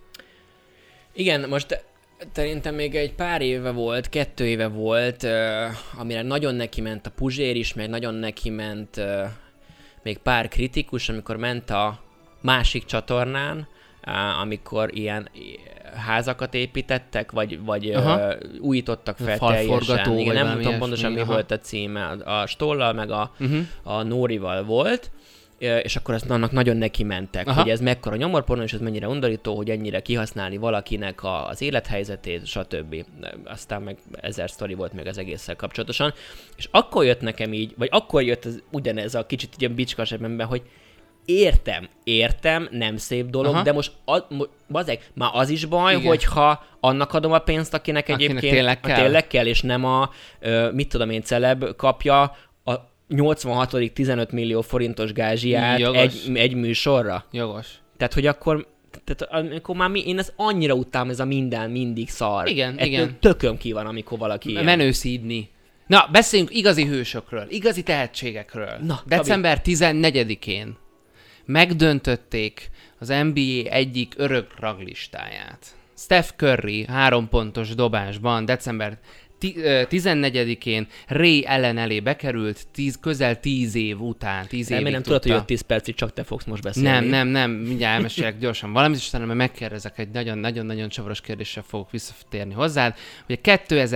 Speaker 1: Igen, most szerintem még egy pár éve volt, kettő éve volt, uh, amire nagyon neki ment a Puzsér is, meg nagyon neki ment uh, még pár kritikus, amikor ment a másik csatornán, uh, amikor ilyen házakat építettek, vagy, vagy uh, újítottak fel teljesen. Igen, nem tudom pontosan mi aha. volt a címe. A Stollal meg a, uh-huh. a Nórival volt, és akkor azt annak nagyon neki mentek, aha. hogy ez mekkora nyomorpornó, és ez mennyire undorító, hogy ennyire kihasználni valakinek a, az élethelyzetét, stb. Aztán meg ezer sztori volt még az egésszel kapcsolatosan. És akkor jött nekem így, vagy akkor jött ez, ugyanez a kicsit ilyen bicska ebben, hogy értem, értem, nem szép dolog, aha. de most az, bazeg, már az is baj, igen. hogyha annak adom a pénzt, akinek, akinek egyébként
Speaker 2: tényleg kell.
Speaker 1: tényleg kell, és nem a, mit tudom én, celeb kapja a nyolcvanhatodik tizenöt millió forintos gázsiát egy, egy műsorra.
Speaker 2: Jogos.
Speaker 1: Tehát, hogy akkor, tehát, amikor már mi, én ezt annyira utálom, ez a minden mindig szar.
Speaker 2: Igen,
Speaker 1: Ettől
Speaker 2: igen.
Speaker 1: tököm ki van, amikor valaki ilyen.
Speaker 2: Menőszídni. Na, beszéljünk igazi hősökről, igazi tehetségekről. Na, december tizennegyedikén megdöntötték az en bé á egyik örök ranglistáját. Steph Curry három pontos dobásban december tizennegyedikén Ray Allen elé bekerült tíz, közel tíz év után, tíz évig
Speaker 1: nem tudod, hogy öt tíz percig csak te fogsz most beszélni.
Speaker 2: Nem, nem, nem, mindjárt elmesélek gyorsan valamit, és utána megkérdezek, egy nagyon-nagyon csavaros kérdéssel fogok visszatérni hozzád, hogy a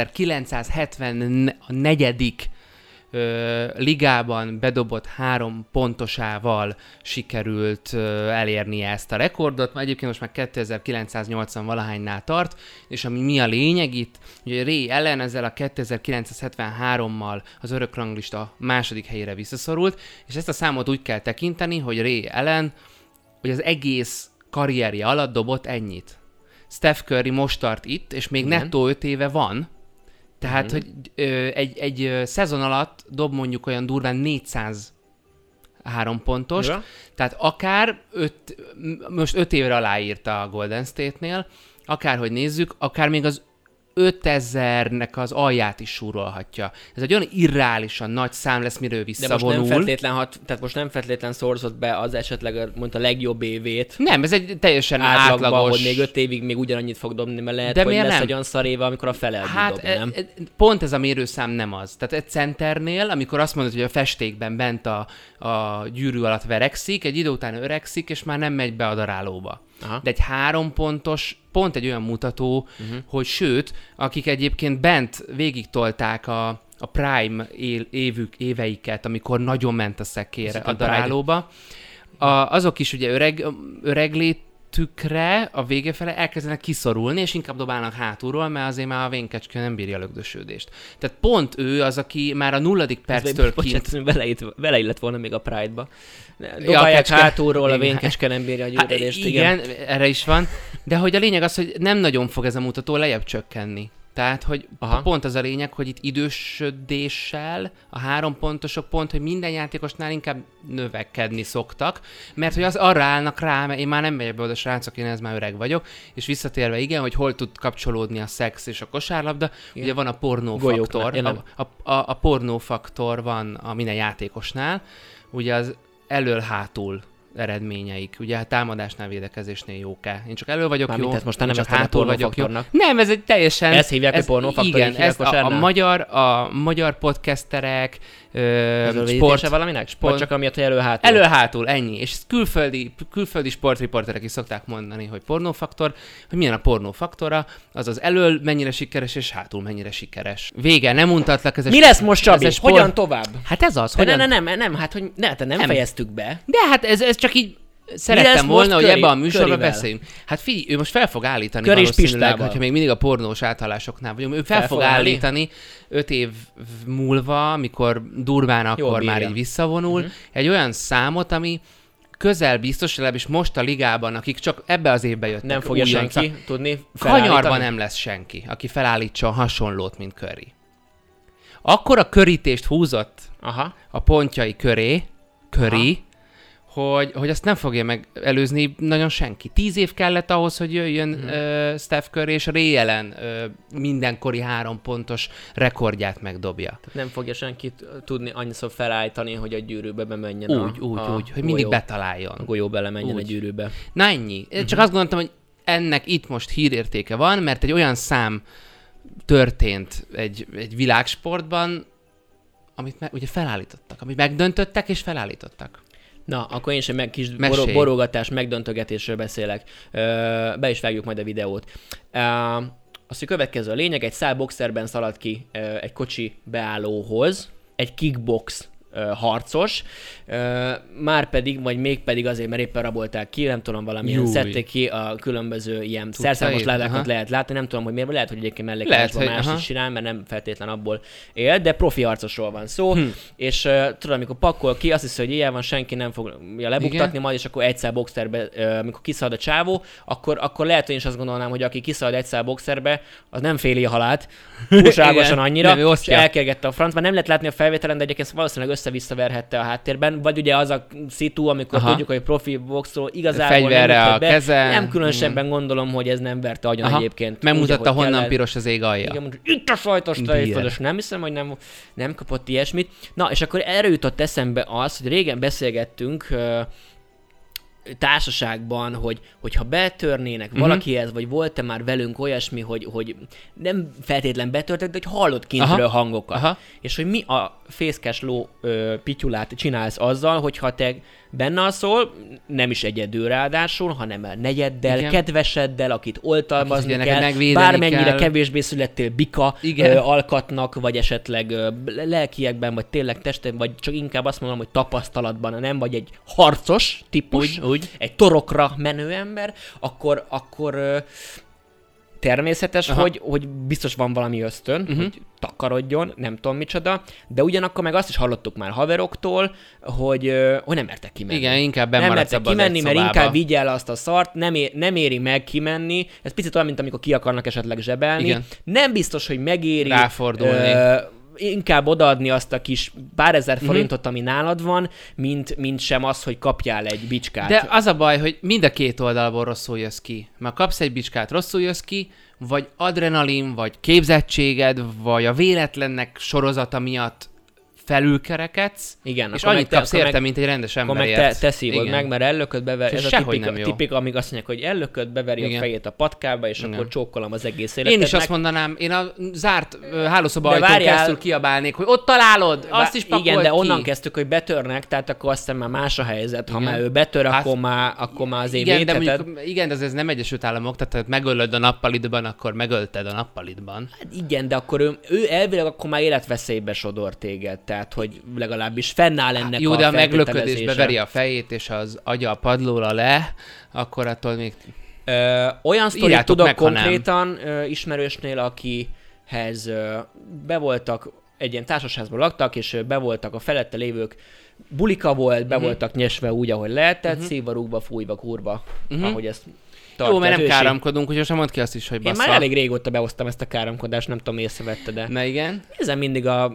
Speaker 2: kétezer-kilencszázhetvennégy. Ö, ligában bedobott három pontosával sikerült ö, elérnie ezt a rekordot, mert egyébként most már kétezer-kilencszáznyolcvan valahánynál tart, és ami mi a lényeg itt, hogy Ray Allen ezzel a kétezer-kilencszázhetvenhárommal az örök ranglista második helyére visszaszorult, és ezt a számot úgy kell tekinteni, hogy Ray Allen, hogy az egész karrierje alatt dobott ennyit. Steph Curry most tart itt, és még igen. nettó öt éve van, tehát, mm-hmm. hogy ö, egy, egy ö, szezon alatt dob mondjuk olyan durván négyszázhárom pontos, ja. tehát akár öt, most öt évre aláírta a Golden State-nél, akárhogy nézzük, akár még az ötezernek az alját is súrolhatja. Ez egy olyan irreálisan nagy szám lesz, mire ő visszavonul.
Speaker 1: De most nem feltétlen, hat, tehát most nem feltétlen szorzott be az esetleg mondta legjobb évét.
Speaker 2: Nem, ez egy teljesen átlagba, átlagos.
Speaker 1: Hogy még öt évig még ugyanannyit fog dobni, mert lehet, de hogy lesz nem? egy olyan szar éve, amikor a fele
Speaker 2: hát
Speaker 1: dobni, nem?
Speaker 2: E, e, pont ez a mérőszám nem az. Tehát egy centernél, amikor azt mondod, hogy a festékben bent a, a gyűrű alatt verekszik, egy idő után öregszik, és már nem megy be a darálóba. Aha. De egy három pontos, pont egy olyan mutató, uh-huh. hogy sőt, akik egyébként bent végigtolták a, a prime él, évük, éveiket, amikor nagyon ment a szekér a darálóba, a, azok is ugye öreg, öreglétükre a vége fele elkezdenek kiszorulni, és inkább dobálnak hátulról, mert azért már a vénkecske nem bírja a lögdösödést. Tehát pont ő az, aki már a nulladik perctől kint...
Speaker 1: Bocsánat, beleillett volna még a Pride-ba. Dobálják ja, hátulról, a vénkecske nem bírja a gyűrödést.
Speaker 2: Igen, igen, erre is van. De hogy a lényeg az, hogy nem nagyon fog ez a mutató lejjebb csökkenni. Tehát, hogy aha. pont az a lényeg, hogy itt idősödéssel a három pontosok pont, hogy minden játékosnál inkább növekedni szoktak, mert hogy az arra állnak rá, mert én már nem megyek be oda, srácok, én ez már öreg vagyok, és visszatérve igen, hogy hol tud kapcsolódni a szex és a kosárlabda, igen. ugye van a pornófaktor, a, a, a, a pornófaktor van a minden játékosnál, ugye az elől-hátul eredményeik. Ugye a támadásnál, védekezésnél jók-e. Én csak elő vagyok
Speaker 1: Mármint
Speaker 2: jó,
Speaker 1: ezt most nem
Speaker 2: csak
Speaker 1: neveztem
Speaker 2: hátul vagyok jó.
Speaker 1: pornófaktornak.
Speaker 2: Nem, ez egy teljesen...
Speaker 1: Ezt hívják,
Speaker 2: ez,
Speaker 1: hogy pornófaktor,
Speaker 2: igen,
Speaker 1: így hívják
Speaker 2: ezt a, a,
Speaker 1: Kosárnál?
Speaker 2: magyar, a magyar podcasterek,
Speaker 1: Ez a
Speaker 2: sport,
Speaker 1: valaminek?
Speaker 2: sport,
Speaker 1: Vagy csak amiatt, hogy elő-hátul?
Speaker 2: elő-hátul, ennyi. És ezt külföldi, külföldi sportriporterek is szokták mondani, hogy pornófaktor, hogy milyen a pornófaktora, az az elől mennyire sikeres, és hátul mennyire sikeres. Vége, nem untatlak. Ez
Speaker 1: Mi
Speaker 2: a,
Speaker 1: lesz most, Csabi?
Speaker 2: ez a sport...
Speaker 1: Hogyan tovább?
Speaker 2: Hát ez az,
Speaker 1: De
Speaker 2: hogyan...
Speaker 1: ne, ne, nem, nem, hát hogy ne, te nem,
Speaker 2: Nem.
Speaker 1: fejeztük be.
Speaker 2: De hát ez, ez csak így
Speaker 1: lesz
Speaker 2: szerettem volna,
Speaker 1: most
Speaker 2: hogy
Speaker 1: Köri-
Speaker 2: ebbe a műsorba
Speaker 1: Körivel?
Speaker 2: beszéljünk. Hát figyelj, ő most fel fog állítani
Speaker 1: Köri és
Speaker 2: valószínűleg,
Speaker 1: Pistával.
Speaker 2: hogyha még mindig a pornós áthallásoknál vagyunk. Ő fel,
Speaker 1: Fel
Speaker 2: fel fog
Speaker 1: fog állni?
Speaker 2: állítani öt év múlva, amikor durván akkor
Speaker 1: bírja.
Speaker 2: már így visszavonul,
Speaker 1: Mhm.
Speaker 2: egy olyan számot, ami közel biztos, legalábbis most a ligában, akik csak ebbe az évbe jöttek.
Speaker 1: Nem fogja
Speaker 2: újoncak.
Speaker 1: senki tudni felállítani?
Speaker 2: Kanyarban nem lesz senki, aki felállítsa hasonlót, mint Curry. Akkor a körítést húzott
Speaker 1: Aha.
Speaker 2: a pontjai köré, Curry, hogy, hogy azt nem fogja megelőzni nagyon senki. Tíz év kellett ahhoz, hogy jöjjön
Speaker 1: Mhm.
Speaker 2: uh, Steph Curry, és Ray Allen uh, mindenkori három pontos rekordját megdobja.
Speaker 1: Tehát nem fogja senki tudni annyiszor felállítani, hogy a gyűrűbe bemenjen
Speaker 2: Úgy,
Speaker 1: a,
Speaker 2: úgy,
Speaker 1: a
Speaker 2: úgy, hogy mindig
Speaker 1: golyó.
Speaker 2: betaláljon.
Speaker 1: A golyó belemenjen
Speaker 2: Úgy.
Speaker 1: a gyűrűbe.
Speaker 2: Na ennyi.
Speaker 1: Mhm.
Speaker 2: Csak azt gondoltam, hogy ennek itt most hírértéke van, mert egy olyan szám történt egy, egy világsportban, amit me- ugye felállítottak, amit megdöntöttek és felállítottak.
Speaker 1: Na, akkor én sem meg kis
Speaker 2: Mesélj.
Speaker 1: bor- borogatás, megdöntögetésről beszélek. Ö, be is vágjuk majd a videót. Ö, azt, hogy következő a lényeg, egy szál boxerben szalad ki ö, egy kocsi beállóhoz, egy kickbox ö, harcos, ö, már pedig, vagy még pedig azért, mert éppen rabolták ki, nem tudom, valamilyen
Speaker 2: Júj.
Speaker 1: szedték ki a különböző ilyen
Speaker 2: Tudta
Speaker 1: szerszámos
Speaker 2: én?
Speaker 1: ládákat
Speaker 2: Aha.
Speaker 1: lehet látni, nem tudom, hogy miért, lehet, hogy egyébként
Speaker 2: Lehet,
Speaker 1: mellékhatásban
Speaker 2: hogy-
Speaker 1: más
Speaker 2: aha.
Speaker 1: is csinál, mert nem feltétlen abból él, de profi harcosról van szó,
Speaker 2: Hm.
Speaker 1: és uh, tudod, amikor pakkol ki, azt hiszi, hogy ilyen van, senki nem fogja lebuktatni,
Speaker 2: Igen.
Speaker 1: majd és akkor egyszer boxerbe, uh, amikor kiszalad a csávó, akkor, akkor lehet, hogy én is azt gondolnám, hogy aki kiszalad egyszer boxerbe, az nem féli a halált, túlságosan
Speaker 2: Igen.
Speaker 1: annyira,
Speaker 2: Nem, ő
Speaker 1: és
Speaker 2: osztja.
Speaker 1: elkergette a francba. Nem lehet látni a felvételen, de egyébként valószínűleg össze-vissza verhette a háttérben, vagy ugye az a szitu, amikor
Speaker 2: Aha.
Speaker 1: tudjuk, hogy profi boxról igazából
Speaker 2: Fegyverre
Speaker 1: nem
Speaker 2: a
Speaker 1: ütött be.
Speaker 2: keze.
Speaker 1: Nem különösebben gondolom, hogy ez nem verte agyon
Speaker 2: Aha.
Speaker 1: egyébként.
Speaker 2: Megmutatta,
Speaker 1: úgy, ahogy
Speaker 2: honnan
Speaker 1: kellett.
Speaker 2: piros az ég alja.
Speaker 1: Igen, mondta, itt a sajtos
Speaker 2: Bír.
Speaker 1: tejföld, és nem hiszem, hogy nem, nem kapott ilyesmit. Na, és akkor erről jutott eszembe az, hogy régen beszélgettünk ö, társaságban, hogy hogyha betörnének
Speaker 2: Mhm.
Speaker 1: valakihez, vagy volt-e már velünk olyasmi, hogy, hogy nem feltétlen betörtek, de hogy hallott kintről
Speaker 2: Aha.
Speaker 1: hangokat.
Speaker 2: Aha.
Speaker 1: És hogy mi a fészkes ló ö, pityulát csinálsz azzal, hogyha te benne alszol, nem is egyedül ráadásul, hanem a negyeddel,
Speaker 2: Igen.
Speaker 1: kedveseddel, akit oltalmazni
Speaker 2: Akit ugye neked
Speaker 1: kell,
Speaker 2: megvédeni
Speaker 1: bármennyire
Speaker 2: kell.
Speaker 1: kevésbé születtél bika
Speaker 2: Igen.
Speaker 1: ö, alkatnak, vagy esetleg ö, lelkiekben, vagy tényleg testen, vagy csak inkább azt mondom, hogy tapasztalatban nem vagy egy harcos típus,
Speaker 2: Úgy, úgy.
Speaker 1: egy torokra menő ember, akkor, akkor ö, természetes, hogy, hogy biztos van valami ösztön, uh-huh. hogy takarodjon, nem tudom micsoda, de ugyanakkor meg azt is hallottuk már haveroktól, hogy, ö, hogy nem mertek kimenni.
Speaker 2: Igen, inkább
Speaker 1: Nem
Speaker 2: bemaradsz
Speaker 1: mertek
Speaker 2: abba az
Speaker 1: kimenni,
Speaker 2: egy
Speaker 1: mert
Speaker 2: szobába.
Speaker 1: inkább vigyel azt a szart, nem, ér, nem éri meg kimenni. Ez picit olyan, mint amikor ki akarnak esetleg zsebelni.
Speaker 2: Igen.
Speaker 1: Nem biztos, hogy megéri
Speaker 2: Ráfordulni.
Speaker 1: ö, inkább odaadni azt a kis pár ezer
Speaker 2: Mhm.
Speaker 1: forintot, ami nálad van, mint, mint sem az, hogy kapjál egy bicskát.
Speaker 2: De az a baj, hogy mind a két oldalból rosszul jössz ki. Mert kapsz egy bicskát, rosszul jössz ki, vagy adrenalin, vagy képzettséged, vagy a véletlennek sorozata miatt felülkerekedsz,
Speaker 1: Igen,
Speaker 2: és
Speaker 1: akkor
Speaker 2: annyit
Speaker 1: meg te-
Speaker 2: kapsz
Speaker 1: akkor
Speaker 2: érte,
Speaker 1: meg-
Speaker 2: mint egy rendes
Speaker 1: Akkor
Speaker 2: ember
Speaker 1: meg te,
Speaker 2: érsz.
Speaker 1: te szívod
Speaker 2: Igen.
Speaker 1: meg, mert ellököt bever,
Speaker 2: Ez
Speaker 1: ez a
Speaker 2: sehogy
Speaker 1: tipika,
Speaker 2: nem jó.
Speaker 1: tipika, amíg azt mondják, hogy ellököt beveri
Speaker 2: Igen.
Speaker 1: a fejét a patkába, és
Speaker 2: Igen.
Speaker 1: akkor csókolom az egész életednek.
Speaker 2: Én is azt mondanám, én a zárt ö, hálószoba
Speaker 1: De
Speaker 2: ajtón
Speaker 1: várjál-
Speaker 2: keresztül kiabálnék, hogy ott találod, azt is pakold
Speaker 1: Igen, de
Speaker 2: ki.
Speaker 1: onnan kezdtük, hogy betörnek, tehát akkor azt hiszem már más a helyzet. Ha
Speaker 2: Igen.
Speaker 1: már ő betör,
Speaker 2: Hát-
Speaker 1: akkor már, akkor már azért
Speaker 2: Igen, de
Speaker 1: védheted.
Speaker 2: mondjuk, igen, de ez nem Egyesült Államok, tehát megölöd a nappalidban, akkor megölted a nappalidban.
Speaker 1: Hát igen, de akkor ő, ő elvileg akkor már életveszélybe sodor téged, tehát hogy legalábbis fennáll ennek
Speaker 2: Jó,
Speaker 1: a
Speaker 2: de a meglöködésbe
Speaker 1: feltételezése.
Speaker 2: veri a fejét, és az agya a padlóra le, akkor attól még...
Speaker 1: Ö, olyan sztorit
Speaker 2: Írjátok
Speaker 1: tudok
Speaker 2: meg, ha nem.
Speaker 1: konkrétan ö, ismerősnél, akihez ö, be voltak, egy ilyen társasházban laktak, és ö, be voltak a felette lévők, bulika volt, be
Speaker 2: Mhm.
Speaker 1: voltak nyesve úgy, ahogy lehetett,
Speaker 2: Mhm.
Speaker 1: szívva, rúgva, fújva, kurva,
Speaker 2: Mhm.
Speaker 1: ahogy ezt
Speaker 2: Jó,
Speaker 1: tartja
Speaker 2: mert
Speaker 1: az
Speaker 2: nem
Speaker 1: ősi.
Speaker 2: káromkodunk, hogy most mondd ki azt is, hogy
Speaker 1: Én
Speaker 2: bassza.
Speaker 1: már elég régóta behoztam ezt a káromkodást, nem tudom, észrevette, de
Speaker 2: Na igen.
Speaker 1: ezen mindig a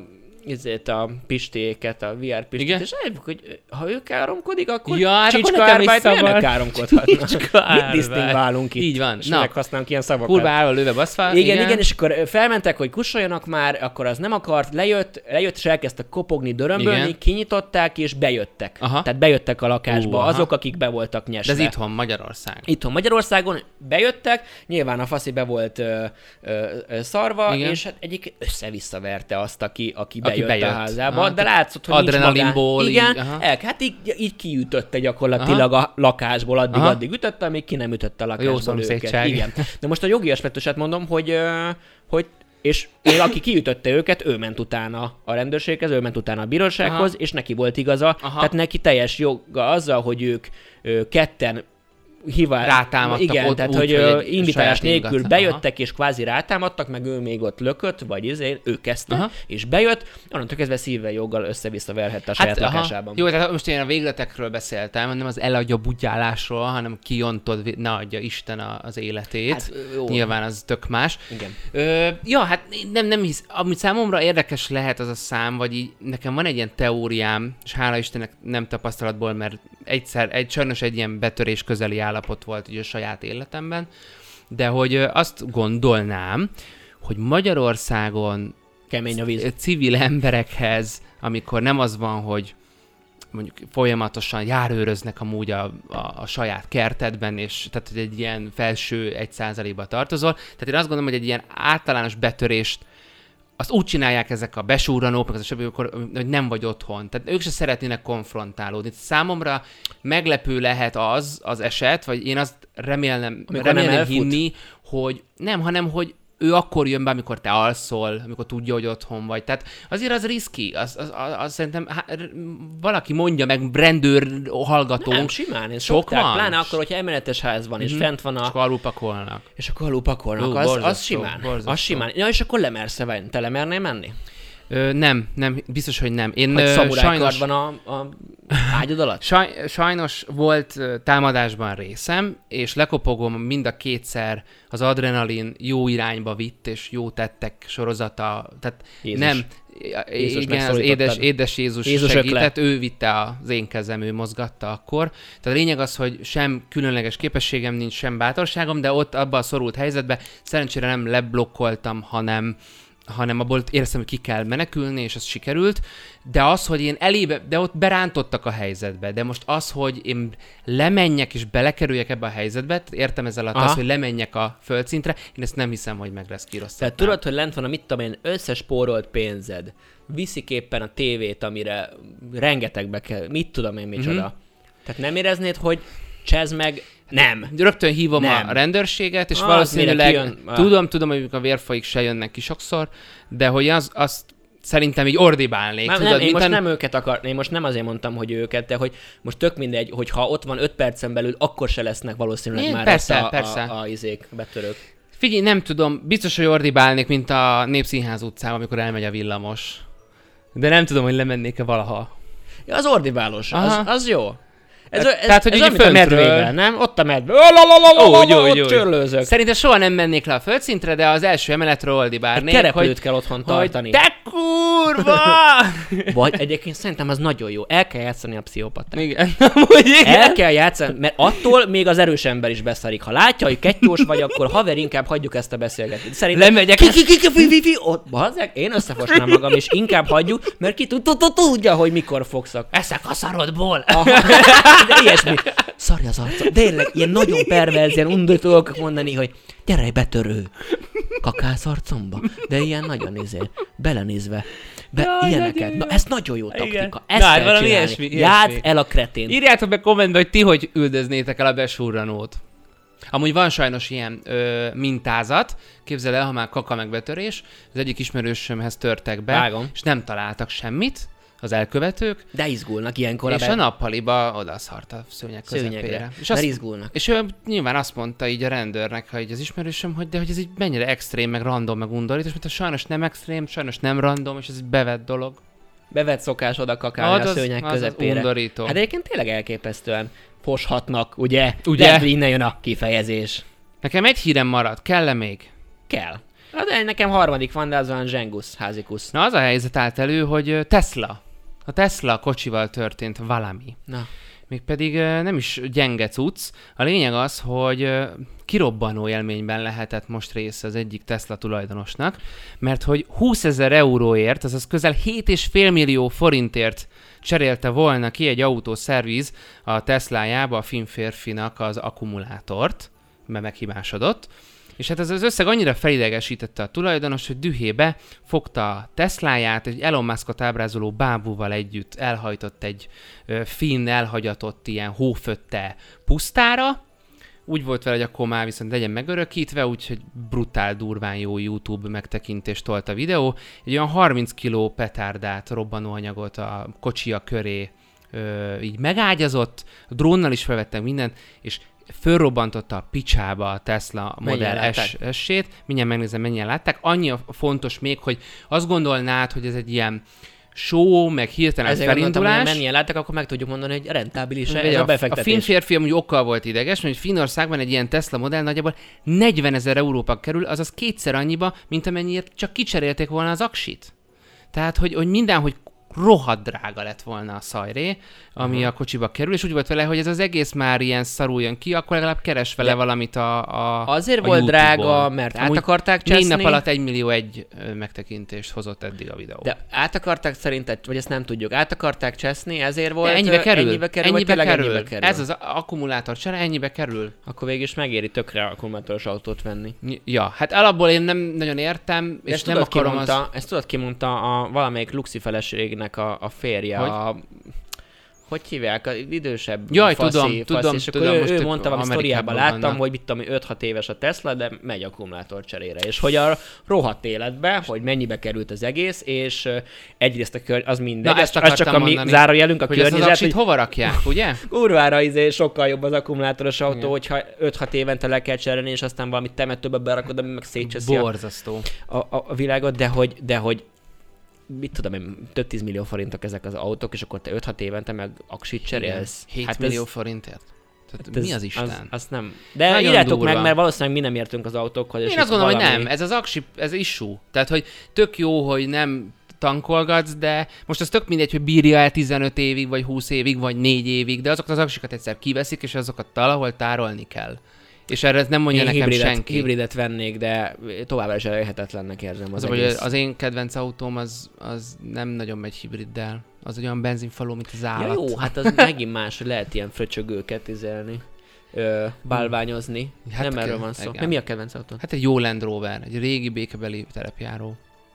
Speaker 1: ezért a Pistiéket, a vé er Pistét,
Speaker 2: Igen?
Speaker 1: és elmondjuk, hogy ha ő káromkodik, akkor
Speaker 2: Ja, hát
Speaker 1: Csicska
Speaker 2: akkor nekem is
Speaker 1: Árvájt miért ne
Speaker 2: szabad.
Speaker 1: káromkodhatna?
Speaker 2: Csicska
Speaker 1: Mit
Speaker 2: Árvájt.
Speaker 1: disztingválunk itt?
Speaker 2: Így van.
Speaker 1: És
Speaker 2: Na.
Speaker 1: meghasználunk ilyen szavakat.
Speaker 2: Kurva állva lőve baszva.
Speaker 1: Igen, igen, igen, és akkor felmentek, hogy kussoljanak már, akkor az nem akart, lejött, lejött és elkezdtek kopogni, dörömbölni,
Speaker 2: Igen.
Speaker 1: kinyitották és bejöttek.
Speaker 2: Aha.
Speaker 1: Tehát bejöttek a lakásba,
Speaker 2: Ú, aha.
Speaker 1: azok, akik be voltak nyesve.
Speaker 2: De ez itthon, Magyarország.
Speaker 1: Itthon Magyarországon bejöttek, nyilván a faszi be volt ö, ö, ö, szarva,
Speaker 2: Igen.
Speaker 1: és hát egyik össze-visszaverte azt, aki, aki,
Speaker 2: Aki
Speaker 1: bejött,
Speaker 2: bejött.
Speaker 1: a házába,
Speaker 2: Aha,
Speaker 1: de látszott, hogy
Speaker 2: adrenalinból
Speaker 1: nincs magán.
Speaker 2: így,
Speaker 1: Igen,
Speaker 2: aha.
Speaker 1: el, hát így, így kiütötte gyakorlatilag aha. a lakásból, addig,
Speaker 2: Aha.
Speaker 1: addig ütötte, amíg ki nem ütötte a lakásból őket.
Speaker 2: szomszédság.
Speaker 1: Igen. De most a jogi aspektusát mondom, hogy, ö, hogy és még aki kiütötte őket, ő ment utána a rendőrséghez, ő ment utána a bírósághoz, aha. és neki volt igaza.
Speaker 2: Aha.
Speaker 1: Tehát neki teljes joga azzal, hogy ők ö, ketten hivál...
Speaker 2: Rátámadtak
Speaker 1: igen,
Speaker 2: ott
Speaker 1: tehát
Speaker 2: úgy,
Speaker 1: hogy,
Speaker 2: hogy
Speaker 1: hogy
Speaker 2: egy
Speaker 1: invitálás
Speaker 2: saját
Speaker 1: nélkül
Speaker 2: ingatlan.
Speaker 1: bejöttek, aha. és kvázi rátámadtak, meg ő még ott lökött, vagy izé, ő kezdte, aha. és bejött, onnantól kezdve szívvel joggal össze-vissza verhette a saját
Speaker 2: aha.
Speaker 1: lakásában.
Speaker 2: Jó, tehát most én a végletekről beszéltem, nem az eladja butyálásról, hanem kiontod, ne adja Isten a- az életét.
Speaker 1: Hát, jó.
Speaker 2: Nyilván az tök más.
Speaker 1: Igen.
Speaker 2: Ö, ja, hát nem, nem hisz, amit számomra érdekes lehet az a szám, vagy így, nekem van egy ilyen teóriám, és hála Istennek nem tapasztalatból, mert egyszer, egy, sajnos egy ilyen betörés közeli állapot volt ugye a saját életemben, de hogy ö, azt gondolnám, hogy Magyarországon
Speaker 1: Kemény a víz.
Speaker 2: civil emberekhez, amikor nem az van, hogy mondjuk folyamatosan járőröznek amúgy a, a, a saját kertedben, és tehát hogy egy ilyen felső egy százalékba tartozol. Tehát én azt gondolom, hogy egy ilyen általános betörést azt úgy csinálják ezek a besúranók, meg az a stb., amikor, hogy nem vagy otthon. Tehát ők se szeretnének konfrontálódni. Számomra meglepő lehet az az eset, vagy én azt remélem, remélem
Speaker 1: elfut?
Speaker 2: hinni, hogy nem, hanem hogy ő akkor jön be, amikor te alszol, amikor tudja, hogy otthon vagy. Tehát azért az riszki. Az, az, az, az szerintem há, valaki mondja meg, rendőr hallgatónk.
Speaker 1: Nem, simán, ez
Speaker 2: Sok
Speaker 1: szokták,
Speaker 2: van.
Speaker 1: pláne akkor, hogyha emeletes ház van, és
Speaker 2: Mhm.
Speaker 1: fent van
Speaker 2: És
Speaker 1: a...
Speaker 2: akkor alul pakolnak.
Speaker 1: És akkor alul pakolnak,
Speaker 2: Ú,
Speaker 1: az, az
Speaker 2: borzasztó,
Speaker 1: simán.
Speaker 2: borzasztó.
Speaker 1: Az simán. Ja, és akkor lemersz-e venni? Te lemernél menni?
Speaker 2: Ö, nem, nem, biztos, hogy nem. Én
Speaker 1: Hogy
Speaker 2: ö,
Speaker 1: szamurájkard van a, a ágyad alatt?
Speaker 2: Saj, sajnos volt ö, támadásban részem, és lekopogom mind a kétszer az adrenalin jó irányba vitt, és jó tettek sorozata. Tehát
Speaker 1: Jézus.
Speaker 2: nem,
Speaker 1: Jézus
Speaker 2: igen, az
Speaker 1: megszólítottad.
Speaker 2: édes, édes Jézus,
Speaker 1: Jézus
Speaker 2: segített, ő vitte az én kezem, ő mozgatta akkor. Tehát a lényeg az, hogy sem különleges képességem nincs, sem bátorságom, de ott abban a szorult helyzetben szerencsére nem leblokkoltam, hanem hanem abból éreztem, hogy ki kell menekülni, és az sikerült, de az, hogy én elébe, de ott berántottak a helyzetbe, de most az, hogy én lemenjek és belekerüljek ebbe a helyzetbe, értem ezzel alatt az, hogy lemenjek a földszintre, én ezt nem hiszem, hogy meg lesz kirosztatnám.
Speaker 1: Tehát tudod, hogy lent van a mit tudom én, összespórolt pénzed, viszik éppen a tévét, amire rengetegbe kell, mit tudom én micsoda.
Speaker 2: Mhm.
Speaker 1: Tehát nem éreznéd, hogy csezd meg, nem.
Speaker 2: Rögtön hívom
Speaker 1: Nem.
Speaker 2: a rendőrséget, és
Speaker 1: Az
Speaker 2: valószínűleg,
Speaker 1: mire kijön? Ah.
Speaker 2: tudom, tudom, hogy a vérfolyik se jönnek ki sokszor, de hogy az, azt szerintem így ordibálnék.
Speaker 1: Nem,
Speaker 2: tudod,
Speaker 1: nem, én most
Speaker 2: minden-
Speaker 1: nem őket akar, én most nem azért mondtam, hogy őket, de hogy most tök mindegy, hogy ha ott van öt percen belül, akkor se lesznek valószínűleg
Speaker 2: Én
Speaker 1: már
Speaker 2: persze,
Speaker 1: ott a,
Speaker 2: persze.
Speaker 1: a, a, izék, betörők.
Speaker 2: Figyelj, nem tudom, biztos, hogy ordibálnék, mint a Népszínház utcában, amikor elmegy a villamos. De nem tudom, hogy lemennék-e valaha.
Speaker 1: Ja, az ordibálós, az,
Speaker 2: Aha.
Speaker 1: az jó. Ez,
Speaker 2: Tehát,
Speaker 1: ez,
Speaker 2: tehát, hogy
Speaker 1: ez
Speaker 2: így
Speaker 1: amit a
Speaker 2: föntről-
Speaker 1: medvével, nem? Ott a medve.
Speaker 2: Úgy, úgy,
Speaker 1: Ott
Speaker 2: úgy.
Speaker 1: csörlőzök.
Speaker 2: Szerintem soha nem mennék le a földszintre, de az első emeletről
Speaker 1: Egy
Speaker 2: ordibálnék,
Speaker 1: tereplőt
Speaker 2: hogy,
Speaker 1: kell otthon
Speaker 2: hogy
Speaker 1: tartani.
Speaker 2: te kurva!
Speaker 1: Vagy egyébként szerintem az nagyon jó. El kell játszani a pszichopatát.
Speaker 2: Igen, amúgy igen.
Speaker 1: El kell játszani, mert attól még az erős ember is beszarik. Ha látja, hogy kettyós vagy, akkor haver, inkább hagyjuk ezt a beszélgetést. Szerintem
Speaker 2: Lemegyek.
Speaker 1: ki, ki, ki, ki, fi, fi, fi, ott, bazzeg, én összefosnám magam, és inkább hagyjuk, mert ki tud- tud- tud- tudja, hogy mikor fogsz.
Speaker 2: Eszek a szarodból.
Speaker 1: Aha. De ilyesmi. Szarj az arca. Tényleg, ilyen nagyon perverz, ilyen undorító dolgok mondani, hogy gyere, betörő. Kakálsz arcomba. De ilyen nagyon izé, belenézve. Be,
Speaker 2: Jaj,
Speaker 1: ilyeneket.
Speaker 2: nagyon jó.
Speaker 1: Na, ez nagyon jó taktika.
Speaker 2: Igen.
Speaker 1: Ezt
Speaker 2: Na, hát
Speaker 1: kell
Speaker 2: valami
Speaker 1: csinálni.
Speaker 2: ilyesmi, ilyesmi.
Speaker 1: Játsz el a kretén.
Speaker 2: Írjátok be kommentbe, hogy ti hogy üldöznétek el a besúrranót. Amúgy van sajnos ilyen ö, mintázat, képzeld el, ha már kaka megbetörés, az egyik ismerősömhez törtek be,
Speaker 1: Vágom.
Speaker 2: és nem találtak semmit az elkövetők,
Speaker 1: De izgulnak ilyenkor.
Speaker 2: és
Speaker 1: be-
Speaker 2: a nappaliba odaszart a szőnyeg közepére.
Speaker 1: Szőnyegre.
Speaker 2: És,
Speaker 1: Mert
Speaker 2: azt,
Speaker 1: izgulnak.
Speaker 2: és ő nyilván azt mondta így a rendőrnek, hogy az ismerősöm, hogy de hogy ez így mennyire extrém, meg random, meg undorít, és mondta, sajnos nem extrém, sajnos nem random, és ez egy bevett dolog.
Speaker 1: Bevett szokás oda kakálni
Speaker 2: Az-
Speaker 1: a szőnyeg
Speaker 2: az- az
Speaker 1: közepére.
Speaker 2: undorító.
Speaker 1: Hát egyébként tényleg elképesztően foshatnak, ugye?
Speaker 2: Ugye?
Speaker 1: Lehet, hogy innen jön a kifejezés.
Speaker 2: Nekem egy hírem maradt, kell-e még?
Speaker 1: Kell. Na, de nekem harmadik van, de az olyan zsengusz, házikusz.
Speaker 2: Na az a helyzet állt elő, hogy Tesla. A Tesla kocsival történt valami.
Speaker 1: Na.
Speaker 2: Mégpedig nem is gyenge cucc. A lényeg az, hogy kirobbanó élményben lehetett most része az egyik Tesla tulajdonosnak, mert hogy húszezer euróért, azaz közel hét egész öt millió forintért cserélte volna ki egy autószerviz a Teslájába a finn férfinak az akkumulátort, mert meghibásodott. És hát ez az összeg annyira felidegesítette a tulajdonos, hogy dühébe fogta a Tesláját, egy Elon Muskot ábrázoló bábúval együtt elhajtott egy ö, finn, elhagyatott ilyen hófötte pusztára. Úgy volt vele, hogy akkor már viszont legyen megörökítve, úgyhogy brutál durván jó YouTube megtekintést tolt a videó. Egy olyan harminc kiló petárdát, robbanóanyagot a kocsia köré ö, így megágyazott, a drónnal is felvettek mindent, és fölrobbantotta a picsába a Tesla Model S-ét. Mindjárt megnézem, mennyien látták. Annyi a fontos még, hogy azt gondolnád, hogy ez egy ilyen show, meg hirtelen
Speaker 1: ezért
Speaker 2: felindulás.
Speaker 1: Ezért mennyien látták, akkor meg tudjuk mondani, hogy rentábilis ez
Speaker 2: a,
Speaker 1: a befektetés.
Speaker 2: A finn férfi amúgy okkal volt ideges, mert Finnországban egy ilyen Tesla Model nagyjából negyvenezer euróba kerül, azaz kétszer annyiba, mint amennyiért csak kicserélték volna az aksit. Tehát, hogy, hogy mindenhogy rohadt drága lett volna a szajré, ami uh-huh. a kocsiba kerül, és úgy volt vele, hogy ez az egész már ilyen szarul jön ki, akkor legalább keres vele de valamit a, a
Speaker 1: Azért
Speaker 2: a
Speaker 1: volt
Speaker 2: YouTube-on.
Speaker 1: drága, mert át akarták cseszni.
Speaker 2: Négy nap alatt egy millió egy megtekintést hozott eddig a videó.
Speaker 1: De át akarták szerinted, vagy ezt nem tudjuk, át akarták cseszni, ezért volt.
Speaker 2: De ennyibe kerül.
Speaker 1: Ennyibe kerül,
Speaker 2: ennyibe kerül.
Speaker 1: ennyibe kerül.
Speaker 2: Ez az akkumulátor csere, ennyibe kerül.
Speaker 1: Akkor végig is megéri tökre akkumulátoros autót venni.
Speaker 2: Ja, hát alapból én nem nagyon értem, és
Speaker 1: ezt
Speaker 2: nem
Speaker 1: tudod,
Speaker 2: akarom
Speaker 1: kimondta,
Speaker 2: az...
Speaker 1: Ezt tudod, ki mondta a valamelyik luxi feleségnek a, a férje,
Speaker 2: hogy?
Speaker 1: a... Hogy hívják? A idősebb
Speaker 2: Jaj,
Speaker 1: faszi,
Speaker 2: tudom,
Speaker 1: faszi,
Speaker 2: tudom,
Speaker 1: és akkor
Speaker 2: tudom,
Speaker 1: ő,
Speaker 2: most
Speaker 1: ő mondta, valami sztoriában láttam,
Speaker 2: vannak.
Speaker 1: hogy mit tudom, öt-hat éves a Tesla, de megy akkumulátor cserére. És hogy a rohadt életbe, hogy mennyibe került az egész, és uh, egyrészt a kör, az mindegy,
Speaker 2: Na,
Speaker 1: az, az csak a mi zárójelünk, a
Speaker 2: hogy
Speaker 1: környezet.
Speaker 2: Hogy az hova rakják, ugye?
Speaker 1: Kurvára izé, sokkal jobb az akkumulátoros autó,
Speaker 2: igen.
Speaker 1: hogyha öt-hat évente le kell cserélni, és aztán valami temetőbe berakod, ami meg szétcseszi
Speaker 2: Borzasztó.
Speaker 1: A, a, a világot, de hogy, de hogy mit tudom én, több tízmillió forintok ezek az autók, és akkor te öt-hat évente meg aksit cserélsz.
Speaker 2: hét
Speaker 1: hát
Speaker 2: millió
Speaker 1: ez,
Speaker 2: forintért? Tehát
Speaker 1: hát
Speaker 2: mi az Isten?
Speaker 1: Az, az nem. De
Speaker 2: nagyon
Speaker 1: írjátok
Speaker 2: durva.
Speaker 1: meg, mert valószínűleg mi nem értünk az autókhoz.
Speaker 2: Én azt gondolom, valami... hogy nem. Ez az aksi, ez issue. Tehát, hogy tök jó, hogy nem tankolgatsz, de most az tök mindegy, hogy bírja el tizenöt évig, vagy húsz évig, vagy négy évig, de azokat az aksikat egyszer kiveszik, és azokat valahol tárolni kell. És erre nem mondja
Speaker 1: én
Speaker 2: nekem
Speaker 1: hibridet,
Speaker 2: senki.
Speaker 1: Hibridet vennék, de továbbra is elérhetetlennek érzem az,
Speaker 2: az
Speaker 1: egész.
Speaker 2: Az én kedvenc autóm az, az nem nagyon megy hibriddel. Az egy olyan benzinfaló, mint az állat.
Speaker 1: Ja, jó, hát az megint más, hogy lehet ilyen fröcsögőket izelni, ö, bálványozni. Hát nem erről van szó. Mi a kedvenc autó?
Speaker 2: Hát egy jó Land Rover, egy régi békebeli terepjáró.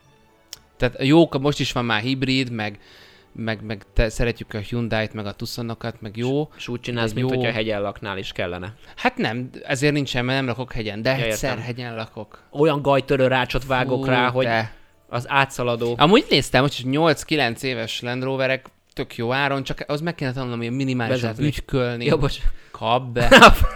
Speaker 2: Tehát jók, most is van már hibrid, meg meg, meg te, szeretjük a Hyundai-t, meg a Tucsonokat, meg jó.
Speaker 1: És úgy csinálsz, mint hogyha hegyen laknál is kellene.
Speaker 2: Hát nem, ezért nincsen, mert nem lakok hegyen, de
Speaker 1: ja,
Speaker 2: egyszer
Speaker 1: értem.
Speaker 2: hegyen lakok.
Speaker 1: Olyan gajtörő rácsot vágok
Speaker 2: Fú,
Speaker 1: rá, hogy
Speaker 2: de.
Speaker 1: Az átszaladó.
Speaker 2: Amúgy néztem, hogy nyolc-kilenc éves Land Roverek tök jó áron, csak az meg kéne tanulnom, hogy minimálisan bütykölni.
Speaker 1: Jó, bocs.
Speaker 2: Kap be.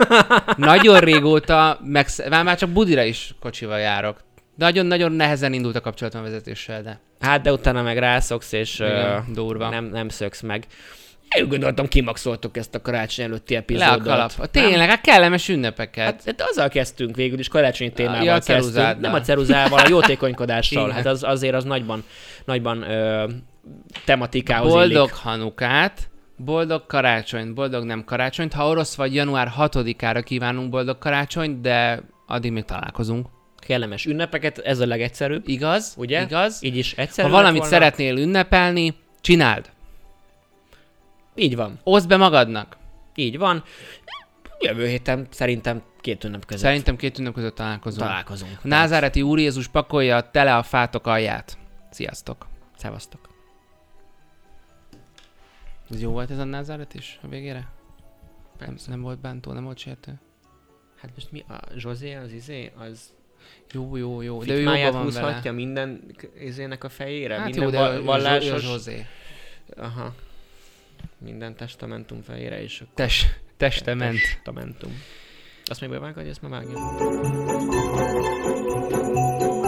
Speaker 2: Nagyon régóta, meg, már csak Budira is kocsival járok. Nagyon-nagyon nehezen indult a kapcsolatom a vezetéssel, de...
Speaker 1: Hát, de utána meg rászoksz, és
Speaker 2: igen, uh, durva.
Speaker 1: Nem, nem szöksz meg. Én gondoltam, kimaxoltok ezt a karácsony előtti epizódot.
Speaker 2: Le a kalap. Tényleg, hát kellemes ünnepeket.
Speaker 1: Hát, hát azzal kezdtünk végül is, karácsonyi témával
Speaker 2: ja,
Speaker 1: kezdtünk. Nem a ceruzával, a jótékonykodással. Hát az, azért az nagyban, nagyban ö, tematikához
Speaker 2: boldog
Speaker 1: illik.
Speaker 2: Hanukát, boldog karácsonyt, boldog nem karácsonyt. Ha orosz vagy, január hatodikára kívánunk boldog karácsonyt, de addig még találkozunk.
Speaker 1: Kellemes ünnepeket, ez a legegyszerűbb.
Speaker 2: Igaz,
Speaker 1: ugye?
Speaker 2: Igaz.
Speaker 1: Így is egyszerű.
Speaker 2: Ha valamit
Speaker 1: volna.
Speaker 2: szeretnél ünnepelni, csináld.
Speaker 1: Így van.
Speaker 2: Oszd be magadnak.
Speaker 1: Így van. Jövő héten szerintem két ünnep között.
Speaker 2: Szerintem két ünnep között találkozunk.
Speaker 1: Találkozunk.
Speaker 2: A názáreti Úr Jézus pakolja tele a fátok alját. Sziasztok.
Speaker 1: Szevasztok.
Speaker 2: Ez jó volt ez a názáret is a végére? Nem, nem volt bántó, nem volt sértő?
Speaker 1: Hát most mi? A Zsozé, az izé, az...
Speaker 2: Jó, jó, jó.
Speaker 1: De ő jobban van húzhatja vele. Minden izének a fejére?
Speaker 2: Hát
Speaker 1: minden
Speaker 2: jó, de
Speaker 1: vallásos...
Speaker 2: Zsozé.
Speaker 1: Aha. Minden testamentum fejére is. Akkor...
Speaker 2: Tes, testament.
Speaker 1: Testamentum. Azt még bevágod, hogy ezt ma vágjuk?